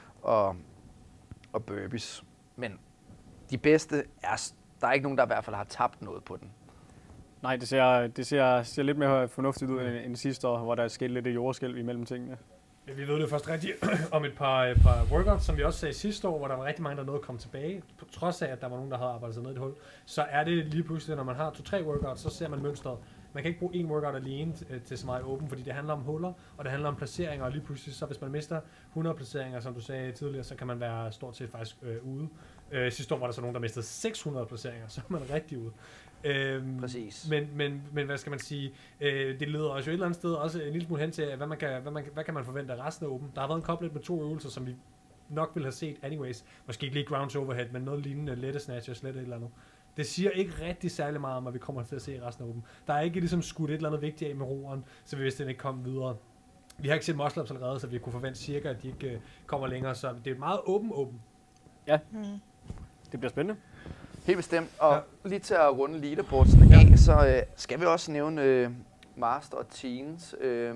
og burpees. Men de bedste, der er ikke nogen, der i hvert fald har tabt noget på den. Nej, det ser lidt mere fornuftigt ud end sidste år, hvor der er sket lidt jordskælv imellem tingene. Ja, vi ved det først rigtigt om et par workouts, som vi også sagde sidste år, hvor der var rigtig mange, der nåede at komme tilbage. På trods af, at der var nogen, der havde arbejdet sig ned i det hul, så er det lige pludselig, når man har 2-3 workouts, så ser man mønstret. Man kan ikke bruge en workout alene til så meget åben, fordi det handler om huller, og det handler om placeringer, og lige pludselig, så hvis man mister 100 placeringer, som du sagde tidligere, så kan man være stort set faktisk ude. Sidste år var der så nogen, der mistede 600 placeringer, så er man rigtig ude. Præcis. Men hvad skal man sige, det leder os jo et eller andet sted også en lille smule hen til, hvad kan man forvente af resten af åben. Der har været en koblet med 2 øvelser, som vi nok ville have set anyways. Måske ikke lige grounds overhead, men noget lignende, lette snatches, lette et eller andet. Det siger ikke rigtig særlig meget om, hvad vi kommer til at se i resten af Open. Der er ikke ligesom skudt et eller andet vigtigt af med roeren, så vi vidste, den ikke kom videre. Vi har ikke set muscle-ups allerede, så vi kunne forvente cirka, at de ikke kommer længere, så det er et meget åben. Ja, det bliver spændende. Helt bestemt. Og lige til at runde leaderboardsene af, så skal vi også nævne Master og Teens.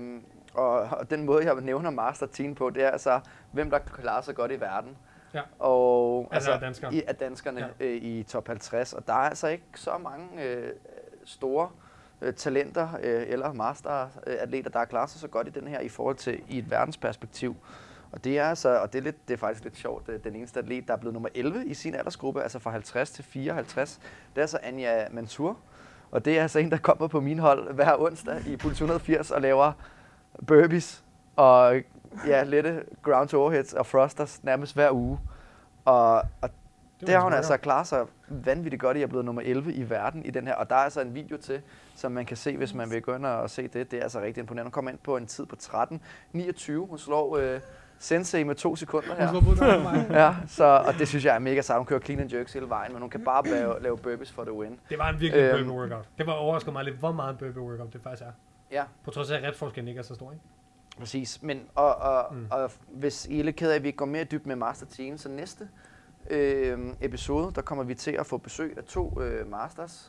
Og den måde, jeg nævner Master og Teen på, det er altså, hvem der klarer sig godt i verden. Ja. Og Altså danskere. af danskerne i top 50. Og der er altså ikke så mange store talenter eller masteratleter, der klarer sig så godt i den her i forhold til i et verdensperspektiv. Og det er altså, og det er faktisk lidt sjovt, den eneste atlet, der er blevet nummer 11 i sin aldersgruppe, altså fra 50 til 54, det er altså Anja Mansour. Og det er altså en, der kommer på min hold hver onsdag i puls 180 og laver burpees og lette ground to overheads og thrusters nærmest hver uge. Og det har hun altså klaret sig vanvittigt godt i at blive nummer 11 i verden i den her. Og der er altså en video til, som man kan se, hvis man vil gå ind og se det. Det er altså rigtig imponerende. Hun kommer ind på en tid på 13.29. Hun slår Sensei med 2 sekunder her. Og det synes jeg er mega sejt. Hun kører clean and jerks hele vejen, men hun kan bare lave burpees for the win. Det var en virkelig burpee workout. Det var overrasket mig lidt, hvor meget burpee workout det faktisk er. Ja. På trods af, at repforskellen ikke er så stor, ikke? Præcis. Men, og hvis I er lidt ked af, at vi ikke går mere dybt med Master Teen, så næste episode, der kommer vi til at få besøg af 2 masters.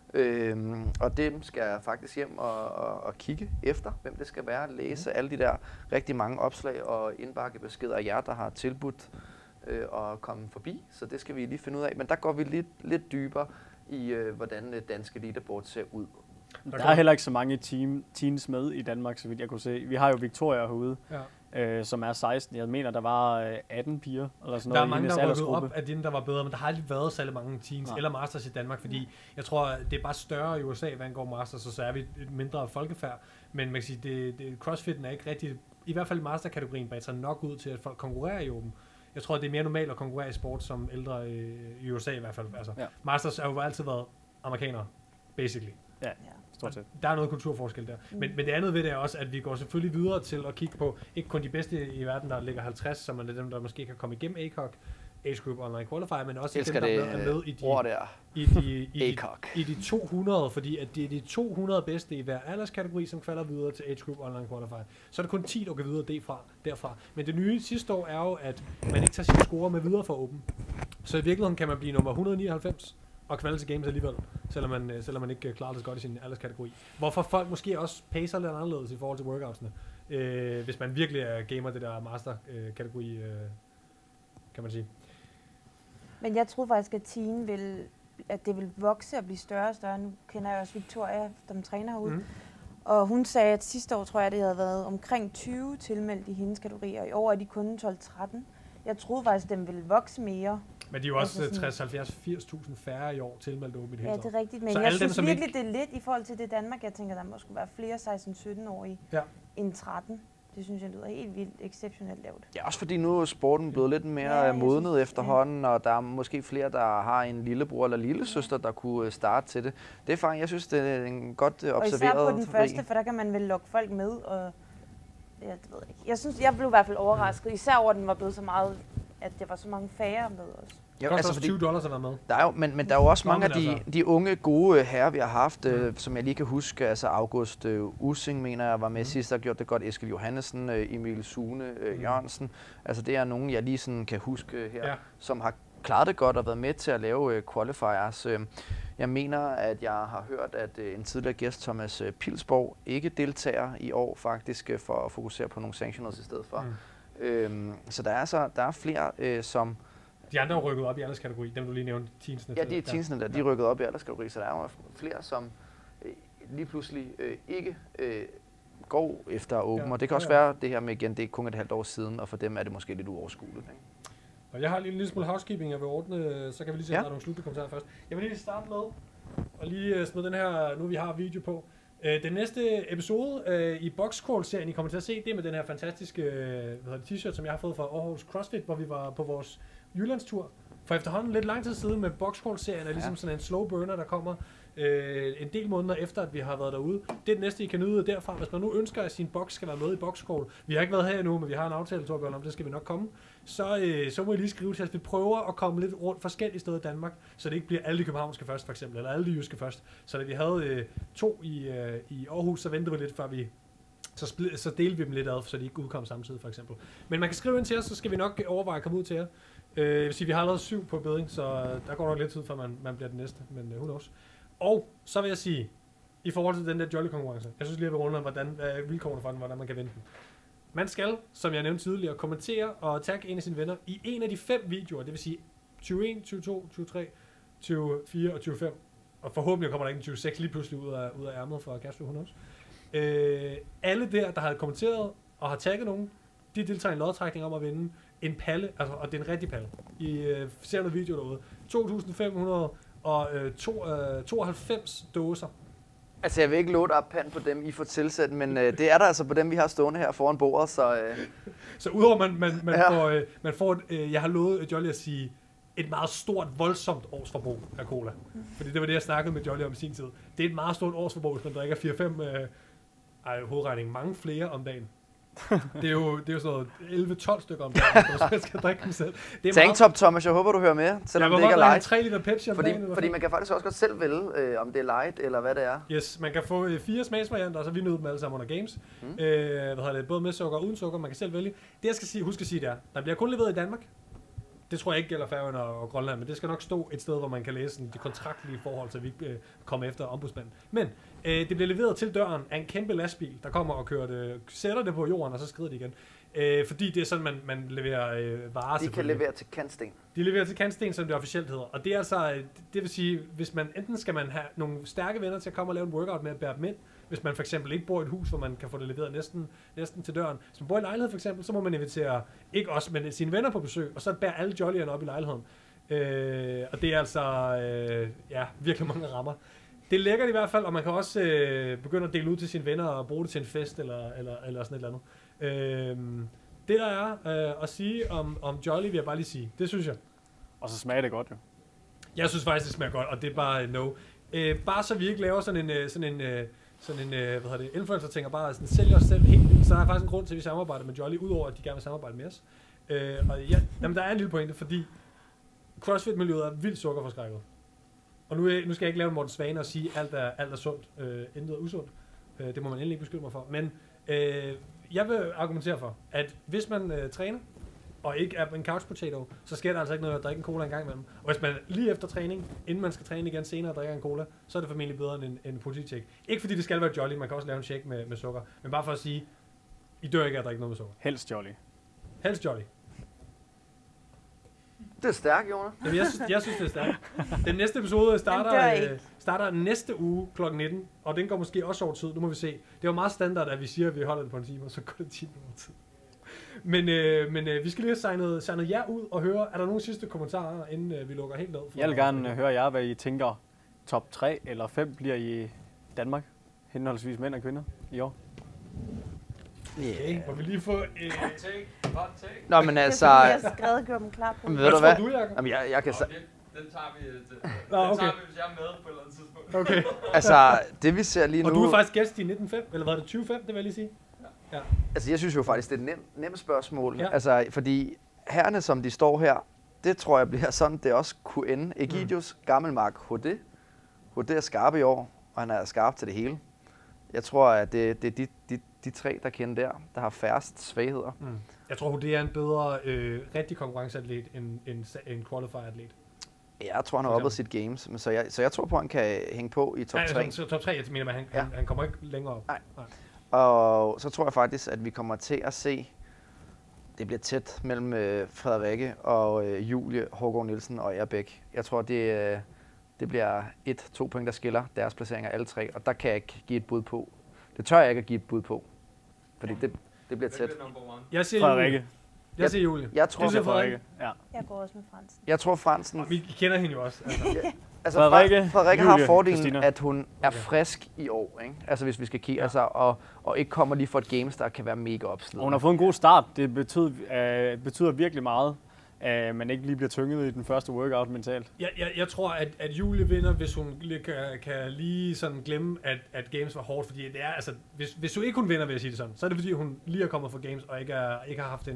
Og dem skal jeg faktisk hjem og kigge efter, hvem det skal være. Læse alle de der rigtig mange opslag og indbakke beskeder af jer, der har tilbudt at komme forbi. Så det skal vi lige finde ud af. Men der går vi lidt dybere i, hvordan det danske leaderboard ser ud. Der er heller ikke så mange teens med i Danmark, så vidt jeg kunne se. Vi har jo Victoria herude, som er 16. Jeg mener, der var 18 piger eller sådan noget. Der er mange, der har rykket op af dem, der var bedre, men der har aldrig været særlig mange teens eller masters i Danmark, fordi jeg tror, det er bare større i USA, hvad angår masters, og så er vi et mindre folkefærd. Men man kan sige, CrossFit er ikke rigtig, i hvert fald i masterkategorien, bredt sig nok ud til, at folk konkurrerer i Open. Jeg tror, det er mere normalt at konkurrere i sport som ældre i USA i hvert fald. Altså, masters har jo altid været amerikanere, basically. Ja. Der er noget kulturforskel der. Men det andet ved det er også, at vi går selvfølgelig videre til at kigge på, ikke kun de bedste i verden, der ligger 50, som er dem, der måske kan komme igennem ACOG, Age Group Online Qualifier, men også dem, der er med i de 200, fordi at det er de 200 bedste i hver alderskategori, som falder videre til Age Group Online Qualifier. Så er det kun 10, der går videre derfra. Men det nye sidste år er jo, at man ikke tager sine score med videre fra Open. Så i virkeligheden kan man blive nummer 199 og kvalde til games alligevel, selvom man ikke klarer det så godt i sin alderskategori. Hvorfor folk måske også pacer lidt anderledes i forhold til workoutsene, hvis man virkelig er gamer det der master-kategori, kan man sige. Men jeg tror faktisk, at det vil vokse og blive større og større. Nu kender jeg også Victoria, som træner herude. Og hun sagde, at sidste år, tror jeg, det havde været omkring 20 tilmeldt i hendes kategorier. I år er de kun 12-13. Jeg troede faktisk, at den ville vokse mere. Men de er jo også 60-70-80.000 færre i år tilmeldt Open i det hele taget. Ja, det er rigtigt. Men jeg synes virkelig, det er lidt i forhold til det Danmark. Jeg tænker, der må skulle være flere 16-17-årige end 13. Det synes jeg lyder helt vildt exceptionelt lavt. Ja, også fordi nu er sporten blevet lidt mere modnet efterhånden, og der er måske flere, der har en lillebror eller lillesøster, der kunne starte til det. Det er faktisk, jeg synes, det er en godt observeret. Og især på den første, for der kan man vel lokke folk med, og ja, det ved jeg ikke. Jeg synes, jeg blev i hvert fald overrasket, især over, at den var blevet så meget, at der var så mange færre med os. Det koster også $20 at være med. Der er jo, men der er jo også mange af de unge, gode herrer, vi har haft, som jeg lige kan huske. Altså August Ussing, mener jeg, var med sidst, der gjort det godt. Eskild Johannesen, Emil Sune Jørgensen. Altså det er nogen, jeg lige sådan kan huske her, som har klaret det godt og været med til at lave qualifiers. Jeg mener, at jeg har hørt, at en tidligere gæst, Thomas Pilsborg, ikke deltager i år faktisk, for at fokusere på nogle sanctioners i stedet for. Så der er flere, som... De andre er rykket op i alderskategori, dem du lige nævnte, teensene. Ja, de teensene der, de er rykket op i alderskategori, så der er jo flere, som lige pludselig ikke går efter Open. Og det kan også være det her med igen, det er kun et halvt år siden, og for dem er det måske lidt uoverskueligt. Ikke? Og jeg har lige en lille smule housekeeping, jeg vil ordne, så kan vi lige se, om der er nogle slutkommentarer først. Jeg vil lige starte med, og lige smide den her, nu vi har video på. Den næste episode i Boxcrawl-serien, I kommer til at se, det er med den her fantastiske t-shirt, som jeg har fået fra Aarhus CrossFit, hvor vi var på vores Jyllandstur. For efterhånden lidt lang tid siden med Boxcrawl-serien er ligesom sådan en slow burner, der kommer en del måneder efter, at vi har været derude. Det er det næste, I kan nyde derfra. Hvis man nu ønsker, at sin box skal være med i Boxcrawl. Vi har ikke været her endnu, men vi har en aftale, Torbjørn, om det skal vi nok komme. så må I lige skrive til os. Vi prøver at komme lidt rundt forskellige steder i Danmark, så det ikke bliver alle de københavnske først, for eksempel, eller alle de jyske først. Så da vi havde 2 i Aarhus, så ventede vi lidt, før vi så delte vi dem lidt ad, så de ikke udkom samtidig, for eksempel. Men man kan skrive ind til os, så skal vi nok overveje at komme ud til jer. Jeg vil sige, vi har allerede 7 på bedring, så der går nok lidt tid, før man bliver den næste, men who knows. Og så vil jeg sige, i forhold til den der Jolly-konkurrence, jeg synes lige, at vi runder, hvad vilkårene for den, hvordan man kan vinde den. Man skal, som jeg nævnte tidligere, kommentere og tagge en af sine venner i en af de 5 videoer, det vil sige 21, 22, 23, 24 og 25. Og forhåbentlig kommer der ikke en 26 lige pludselig ud af ærmet fra Cashflow, who knows. Alle der har kommenteret og har tagget nogen, de deltager i en lodtrækning om at vinde en palle, altså, og det er en rigtig palle. I ser noget video derude. 2.592 dåser. Altså, jeg vil ikke load up pand på dem, I får tilsat, men det er der altså på dem, vi har stående her foran bordet, så... Så udover man får jeg har lovet Jolly at sige, et meget stort, voldsomt årsforbrug af cola. Fordi det var det, jeg snakkede med Jolly om i sin tid. Det er et meget stort årsforbrug, hvis man drikker 4-5, hovedregning, mange flere om dagen. Det er jo sådan noget 11-12 stykker om dagen, hvis man skal drikke dem selv. Tanktop, Thomas, jeg håber, du hører med, selvom det ikke er light. 3 liter Pepsi om dagen. Fordi man kan faktisk også godt selv vælge, om det er light, eller hvad det er. Yes, man kan få 4 smagsvarianter, og så vi nød dem alle sammen under games. Både med sukker og uden sukker, man kan selv vælge. Det jeg skal huske at sige, det er, der bliver kun leveret i Danmark. Det tror jeg ikke gælder Færøerne og Grønland, men det skal nok stå et sted, hvor man kan læse de kontraktlige forhold, så vi ikke kommer efter ombudsmanden. Men det bliver leveret til døren af en kæmpe lastbil, der kommer og kører det, sætter det på jorden, og så skrider det igen. Fordi det er sådan, man leverer varer. De kan levere til kantsten. De leverer til kantsten, som det officielt hedder. Og det er altså, det vil sige, hvis man enten skal man have nogle stærke venner til at komme og lave en workout med at bære dem ind, hvis man for eksempel ikke bor i et hus, hvor man kan få det leveret næsten til døren. Hvis man bor i lejlighed for eksempel, så må man invitere ikke os, men sine venner på besøg, og så bærer alle jollyerne op i lejligheden. Og det er altså virkelig mange rammer. Det er lækkert i hvert fald, og man kan også begynde at dele ud til sine venner og bruge det til en fest eller sådan et eller andet. Det der er at sige om Jolly, vil jeg bare lige sige. Det synes jeg. Og så smager det godt jo. Jeg synes faktisk, det smager godt, og det er bare no. Bare så vi ikke laver sådan en influencer-ting, og bare sådan sælger os selv helt vildt, så er der faktisk en grund til, at vi samarbejder med Jolly, udover at de gerne vil samarbejde med os. Der er en lille pointe, fordi CrossFit-miljøet er vildt sukkerforskrækket. Og nu skal jeg ikke lave en Morten Svane og sige, at alt er sundt, intet er usundt. Det må man endelig ikke beskylde mig for. Men jeg vil argumentere for, at hvis man træner, og ikke er en couch potato, så sker der altså ikke noget at drikke en cola en gang imellem. Og hvis man lige efter træning, inden man skal træne igen senere, drikker en cola, så er det formentlig bedre end en proteinshake. Ikke fordi det skal være Jolly, man kan også lave en shake med sukker, men bare for at sige, I dør ikke af at drikke noget med sukker. Helst Jolly. Helst Jolly. Det er stærkt, Jonas. Jamen, jeg synes, det er stærkt. Den næste episode starter næste uge kl. 19, og den går måske også over tid. Nu må vi se. Det var meget standard, at vi siger, at vi holder det på en time, og så går det 10 minutter tid. Men vi skal lige have signet jer ud og høre, er der nogle sidste kommentarer, inden vi lukker helt ned? Jeg vil gerne høre jer, hvad I tænker top 3 eller 5 bliver i Danmark, henholdsvis mænd og kvinder i år. Okay, må vi lige få hot take. Nå, men altså... Jeg har skrevet, gjort dem klar på. Men ved du hvad? Du, Jacob? Jamen, jeg kan... Den tager vi, okay. tager vi, hvis jeg er med på et eller andet tidspunkt. Okay. Altså, det vi ser lige nu... Og du er faktisk gæst i 1905, eller var det 2005, det vil jeg lige sige? Ja. Altså, jeg synes jo faktisk, det er et nemt spørgsmål. Ja. Altså, fordi herrene, som de står her, det tror jeg bliver sådan, det også kunne ende. Egidius, Gammelmark, HD. HD er skarp i år, og han er skarp til det hele. Jeg tror, at det er de 3, der kender der har færrest svagheder. Jeg tror, det er en bedre rigtig konkurrenceatlet end en qualifier-atlet. Jeg tror, han har oppet sit games, men så jeg tror på, at han kan hænge på i top 3. Så top 3, jeg mener, men han kommer ikke længere op. Nej. Og så tror jeg faktisk, at vi kommer til at se, det bliver tæt mellem Frederikke og Julie Hågaard Nielsen og Erbæk. Jeg tror, det bliver 1-2 point, der skiller deres placeringer alle 3, og der kan jeg ikke give et bud på. Det tør jeg ikke at give et bud på, fordi det bliver tæt. Jeg siger Frederikke. Jeg siger Julie. Jeg tror, Frederikke. Ja. Jeg går også med Fransen. Jeg tror Fransen... Og vi kender hende jo også. Altså, Julie, Frederikke har fordelen, Christina. at hun er frisk i år, ikke? Altså hvis vi skal kigge, og ikke kommer lige for et games, der kan være mega opslidende. Hun har fået en god start. Det betyder virkelig meget, at man ikke lige bliver tynget i den første workout mentalt. Jeg tror, at Julie vinder, hvis hun kan lige sådan glemme, at games var hårdt. Fordi det er, altså, hvis hun ikke vinder, vil jeg sige det sådan, så er det fordi, hun lige er kommet fra games, og ikke har haft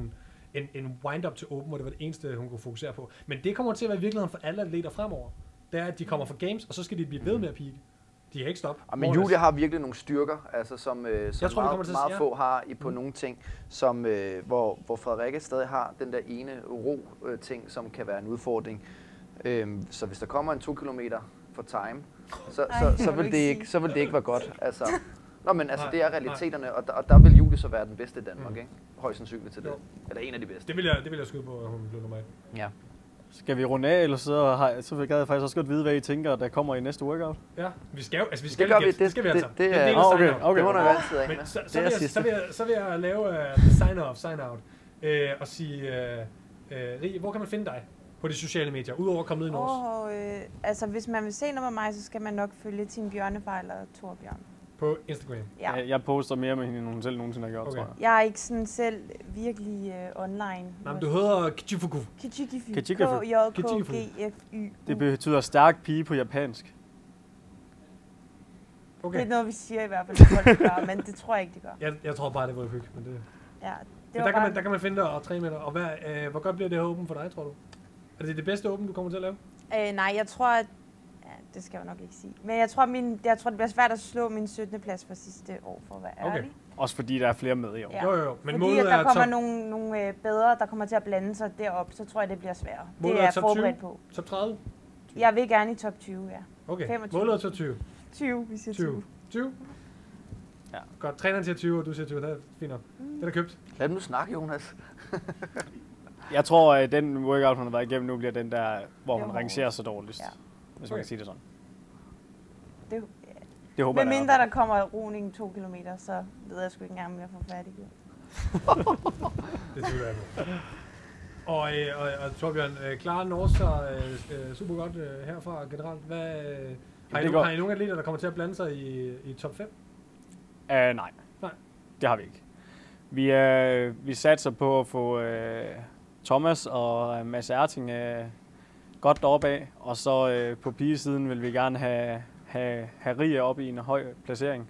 en wind-up til Open, hvor det var det eneste, hun kunne fokusere på. Men det kommer til at være i virkeligheden for alle atleter fremover. Det er, at de kommer fra games, og så skal de blive ved med at peak. De kan ikke stoppe. Men Julia har virkelig nogle styrker, altså som jeg tror, meget få har på nogle ting, som, hvor Frederikke stadig har den der ene ro-ting, som kan være en udfordring. Så hvis der kommer en 2 kilometer for time, så vil det ikke være godt. Altså, det er realiteterne, og der vil Julie så være den bedste i Danmark, ikke? Højst sandsynligt til det. Eller en af de bedste. Det vil jeg skyde på, at hun bliver nummer 1. Ja. Skal vi runde af, eller så gad jeg faktisk også godt vide, hvad I tænker, der kommer i næste workout? Ja, vi skal det skal vi altså. Det må der være altid af. Men så vil jeg lave sign-out, og sige, Rie, hvor kan man finde dig på de sociale medier, udover at komme ned i Norge? Altså, hvis man vil se noget med mig, så skal man nok følge Team Bjørnefejl og Torbjørn. På Instagram? Ja. Jeg poster mere med hende, end hun selv nogensinde har gjort, tror jeg. Jeg er ikke sådan selv virkelig online. Nej, men du hedder Kichifuku. Kichikifu. K-J-K-G-F-Y. Det betyder stærk pige på japansk. Okay. Det er noget, vi siger i hvert fald, at folk gør, men det tror jeg ikke, det gør. Jeg tror bare, det var hygge, men det... Ja, men der kan man finde dig og træne med dig. Og hvor godt bliver det her Open for dig, tror du? Er det det bedste Open, du kommer til at lave? Nej, jeg tror, at... Ja, det skal jeg nok ikke sige. Men jeg tror, det bliver svært at slå min 17. plads fra sidste år, for at være ærlig. Også fordi der er flere med i år. Ja. Jo. Men fordi at der kommer nogle bedre, der kommer til at blande sig derop, så tror jeg, det bliver sværere. Det er jeg forberedt på. Top 30? Jeg vil gerne i top 20, ja. Okay, 25. målet er top 20? 20, vi siger 20. 20? Ja. Godt, træneren siger 20, og du siger 20, det er fint nok. Det er da købt. Lad dem nu snakke, Jonas. Jeg tror, at den workout, hun har været igennem nu, bliver den der, hvor hun rangerer så dårligst. Ja. Hvis man kan sige det sådan. Det håber jeg. Med mindre der kommer roning 2 kilometer, så ved jeg sgu ikke engang, om jeg får færdiggjort. Det tvivler jeg på. Og Torbjørn, klarer Norge sig super godt herfra generelt? Har I nogle atleter, der kommer til at blande sig i top 5? Nej, det har vi ikke. Vi satser på at få Thomas og Mads Erting godt deroppe af, og så på pigesiden vil vi gerne have Rie op i en høj placering.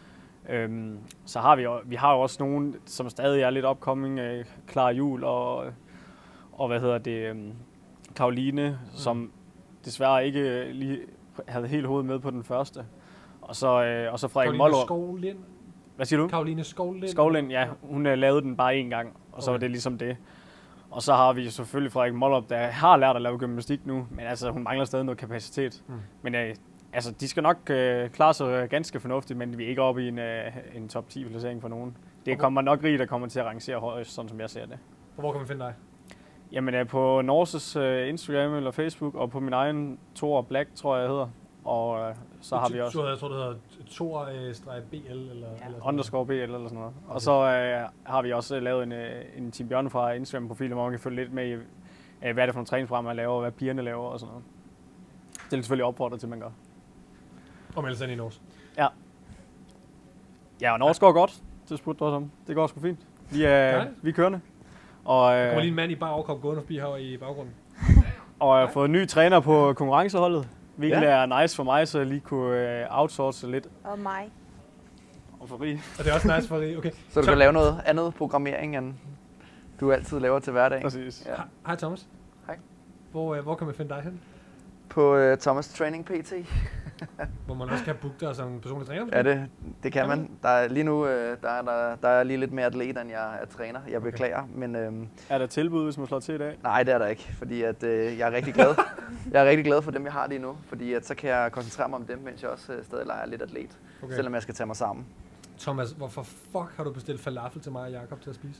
Så har vi har jo også nogen, som stadig er lidt upcoming, Clara Juhl og Karoline, som desværre ikke lige havde helt hovedet med på den første. Og så Frederik Mollerup. Skovlind. Hvad siger du? Karoline Skovlind. Skovlind, ja. Hun lavede den bare én gang, og så var det ligesom det. Og så har vi selvfølgelig Frederik Mollerup, der har lært at lave gymnastik nu, men altså hun mangler stadig noget kapacitet. Men altså de skal nok klare sig ganske fornuftigt, men vi er ikke oppe i en top 10 placering for nogen. Det kommer nok Rie, der kommer til at rangere højst, sådan som jeg ser det. Og hvor kan man finde dig? Jamen på Norses Instagram eller Facebook, og på min egen Thor Black, tror jeg hedder. Og så har vi også... Jeg tror, det hedder Thor-BL eller... Underscore BL eller sådan noget. Okay. Og så har vi også lavet en Team Bjørn fra Instagram-profil, hvor man kan følge lidt med i, hvad er det for nogle træningsprogram, man laver, og hvad pigerne laver og sådan noget. Det er selvfølgelig opfordret til, man gør. Og melde sig ind i Norge. Ja. Ja, og Norge går godt. Det spurgte du også om. Det går sgu fint. Vi er kørende. Og, der kommer lige en mand i bare overkrop gående forbi her i baggrunden. Og jeg har fået en ny træner på konkurrenceholdet. Hvilket er nice for mig, så jeg lige kunne outsource lidt. Og mig. Og for Rie. Og det er også nice for Rie, okay. Så du kan lave noget andet programmering, end du altid laver til hverdag. Præcis. Ja. Hej Thomas. Hej. Hvor kan man finde dig hen? På Thomas Training PT. Hvor man også kan booke dig som personlig træner? Ja, det kan man. Der er lige nu der er lige lidt mere atlet, end jeg er træner. Jeg beklager, men... Er der tilbud, hvis man slår til i dag? Nej, det er der ikke, fordi at, jeg er rigtig glad. Jeg er rigtig glad for dem, jeg har lige nu, fordi at, så kan jeg koncentrere mig om dem, mens jeg også stadig leger lidt atlet, selvom jeg skal tage mig sammen. Thomas, hvorfor fuck har du bestilt falafel til mig og Jakob til at spise?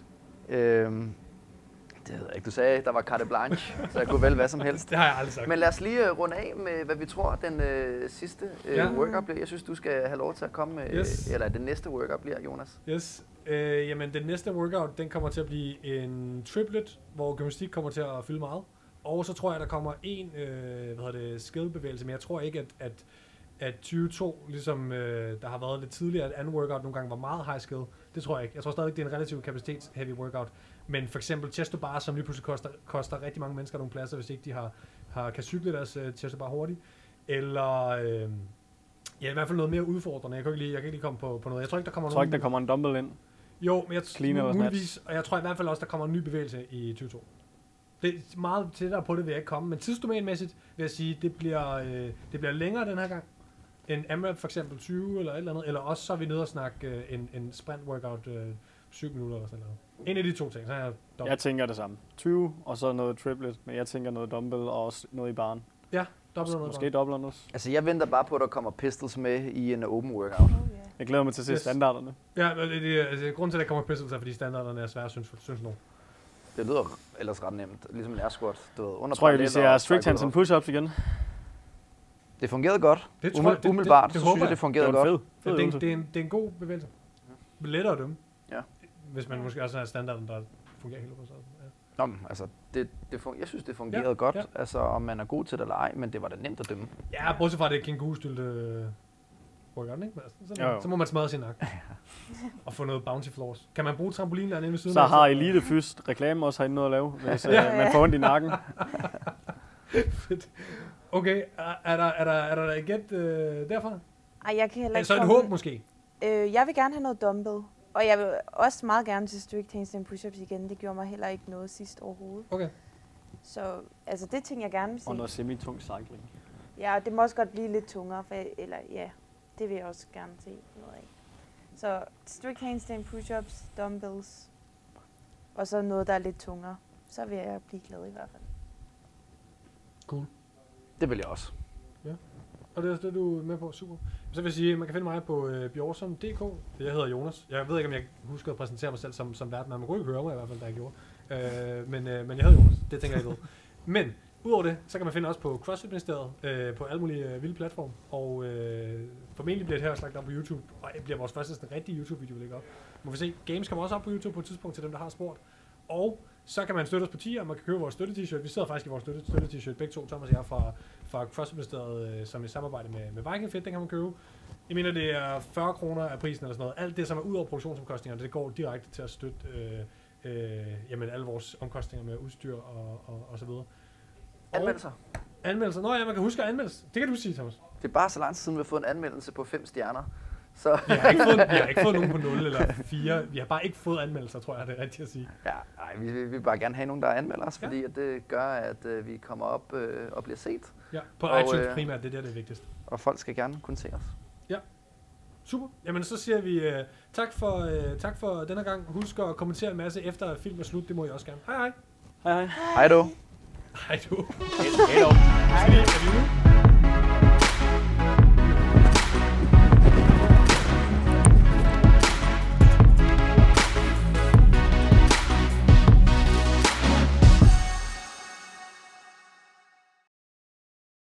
Det ved jeg ikke. Du sagde, der var carte blanche, så jeg kunne vælge hvad som helst. Det har jeg aldrig sagt. Men lad os lige runde af med, hvad vi tror, den sidste workout bliver. Jeg synes, du skal have lov til at komme med, eller den næste workout bliver, Jonas. Yes. Jamen, den næste workout, den kommer til at blive en triplet, hvor gymnastik kommer til at fylde meget. Og så tror jeg, der kommer en skillbevægelse, men jeg tror ikke, at 22, ligesom der har været lidt tidligere, at anden workout nogle gange var meget high skill. Det tror jeg ikke. Jeg tror stadig, det er en relativt kapacitets-heavy workout. Men for eksempel chest to bar, som lige pludselig koster rigtig mange mennesker nogle pladser, hvis ikke de kan cykle deres chest to bar hurtigt. Eller i hvert fald noget mere udfordrende. Jeg kan ikke lige komme på noget. Jeg tror ikke, der kommer en dumbbell ind. Jo, men jeg Cleaner og muligvis, og jeg tror i hvert fald også, der kommer en ny bevægelse i 2022. Det er meget tættere på det, vil jeg ikke komme, men tidsdomænmæssigt vil jeg sige, det bliver længere den her gang, end AMRAP for eksempel 20 eller et eller andet, eller også så er vi nede og snakke en sprint workout 7 minutter eller sådan noget. En af de to ting, så er jeg dobbelt. Jeg tænker det samme. 20, og så noget triplet, men jeg tænker noget dumbbell og også noget i baren. Ja, dobbelt noget. Måske dobbelt også. Altså, jeg venter bare på, at der kommer pistols med i en open workout. Oh, yeah. Jeg glæder mig til at se standarderne. Ja, altså, grunden til, at der kommer pistols er, fordi standarderne er svære, synes nogen. Det lyder ellers ret nemt, ligesom en air squat. Du ved, under Tror jeg, vi paralleller ser og strict hands and push-ups igen. Det fungerede godt. Det tror jeg, Umiddelbart, det så synes jeg, det fungerede godt. Fed øvelse. Det er en god bevægelse. Lettere at dømme. Ja. Hvis man måske også har standarden, der fungerer helt på. Ja. Nå, men, altså, jeg synes, det fungerede godt, ja. altså, om man er god til det eller ej, men det var da nemt at dømme. Ja, bortset fra det kængurustylte workout, ikke? Så må man smadre sin nakke. Og få noget bouncy floors. Kan man bruge trampolinen derinde ved siden? Så har Elite Fyst reklame også herinde noget at lave, hvis man får ondt i nakken. Okay, er der et gæt derfra? Ej, jeg kan heller ikke Så et komme- håb måske? Jeg vil gerne have noget dumbbell. Og jeg vil også meget gerne til strict handstand push-ups igen. Det gjorde mig heller ikke noget sidst overhovedet. Okay. Så altså, det ting jeg gerne vil se. Og noget semi-tung cycling. Ja, og det må også godt blive lidt tungere, det vil jeg også gerne se noget af. Så strict handstand push-ups, dumbbells, og så noget, der er lidt tungere. Så vil jeg blive glad i hvert fald. Cool. Det vil jeg også. Og det er det, du er med på. Super. Så vil jeg sige, man kan finde mig på bjorsom.dk. Jeg hedder Jonas. Jeg ved ikke, om jeg husker at præsentere mig selv som vært, men man kunne ikke høre mig i hvert fald, da jeg gjorde. Men jeg hedder Jonas. Det tænker jeg ikke ved. Men udover det, så kan man finde os på CrossFit-ministeriet på alle mulige vilde platforme. Og formentlig bliver det her lagt op på YouTube. Og det bliver vores første sådan, rigtige YouTube-video, vi lægger op. Må vi se. Games kommer også op på YouTube på et tidspunkt til dem, der har spurgt. Og så kan man støtte os på tier, og man kan købe vores støtte-t-shirt. Vi sidder faktisk i vores støtte-t-shirt, begge to, Thomas og jeg, fra CrossFit-ministeriet, som i samarbejde med Viking Fit, den kan man købe. Jeg mener, det er 40 kroner af prisen eller sådan noget. Alt det, som er ud over produktionsomkostninger, det går direkte til at støtte alle vores omkostninger med udstyr og så videre. Anmeldelser. Anmeldelser? Nå ja, man kan huske at anmelde. Det kan du sige, Thomas. Det er bare så lang tid siden, vi har fået en anmeldelse på 5 stjerner. Så Vi har ikke fået nogen på 0 eller 4. Vi har bare ikke fået anmeldelser, tror jeg, det er rigtigt at sige. ja, vi vil bare gerne have nogen, der anmelder os, Ja. fordi at det gør, at vi kommer op og bliver set. Ja, på Og, iTunes primært, det er det vigtigste. Og folk skal gerne kunne se os. Super. Jamen, så siger vi tak for denne gang. Husk at kommentere en masse efter at filmen er slut. Det må I også gerne. Hej hej. Hej hej. Hej du. Hej du. Hej. Er vi ude?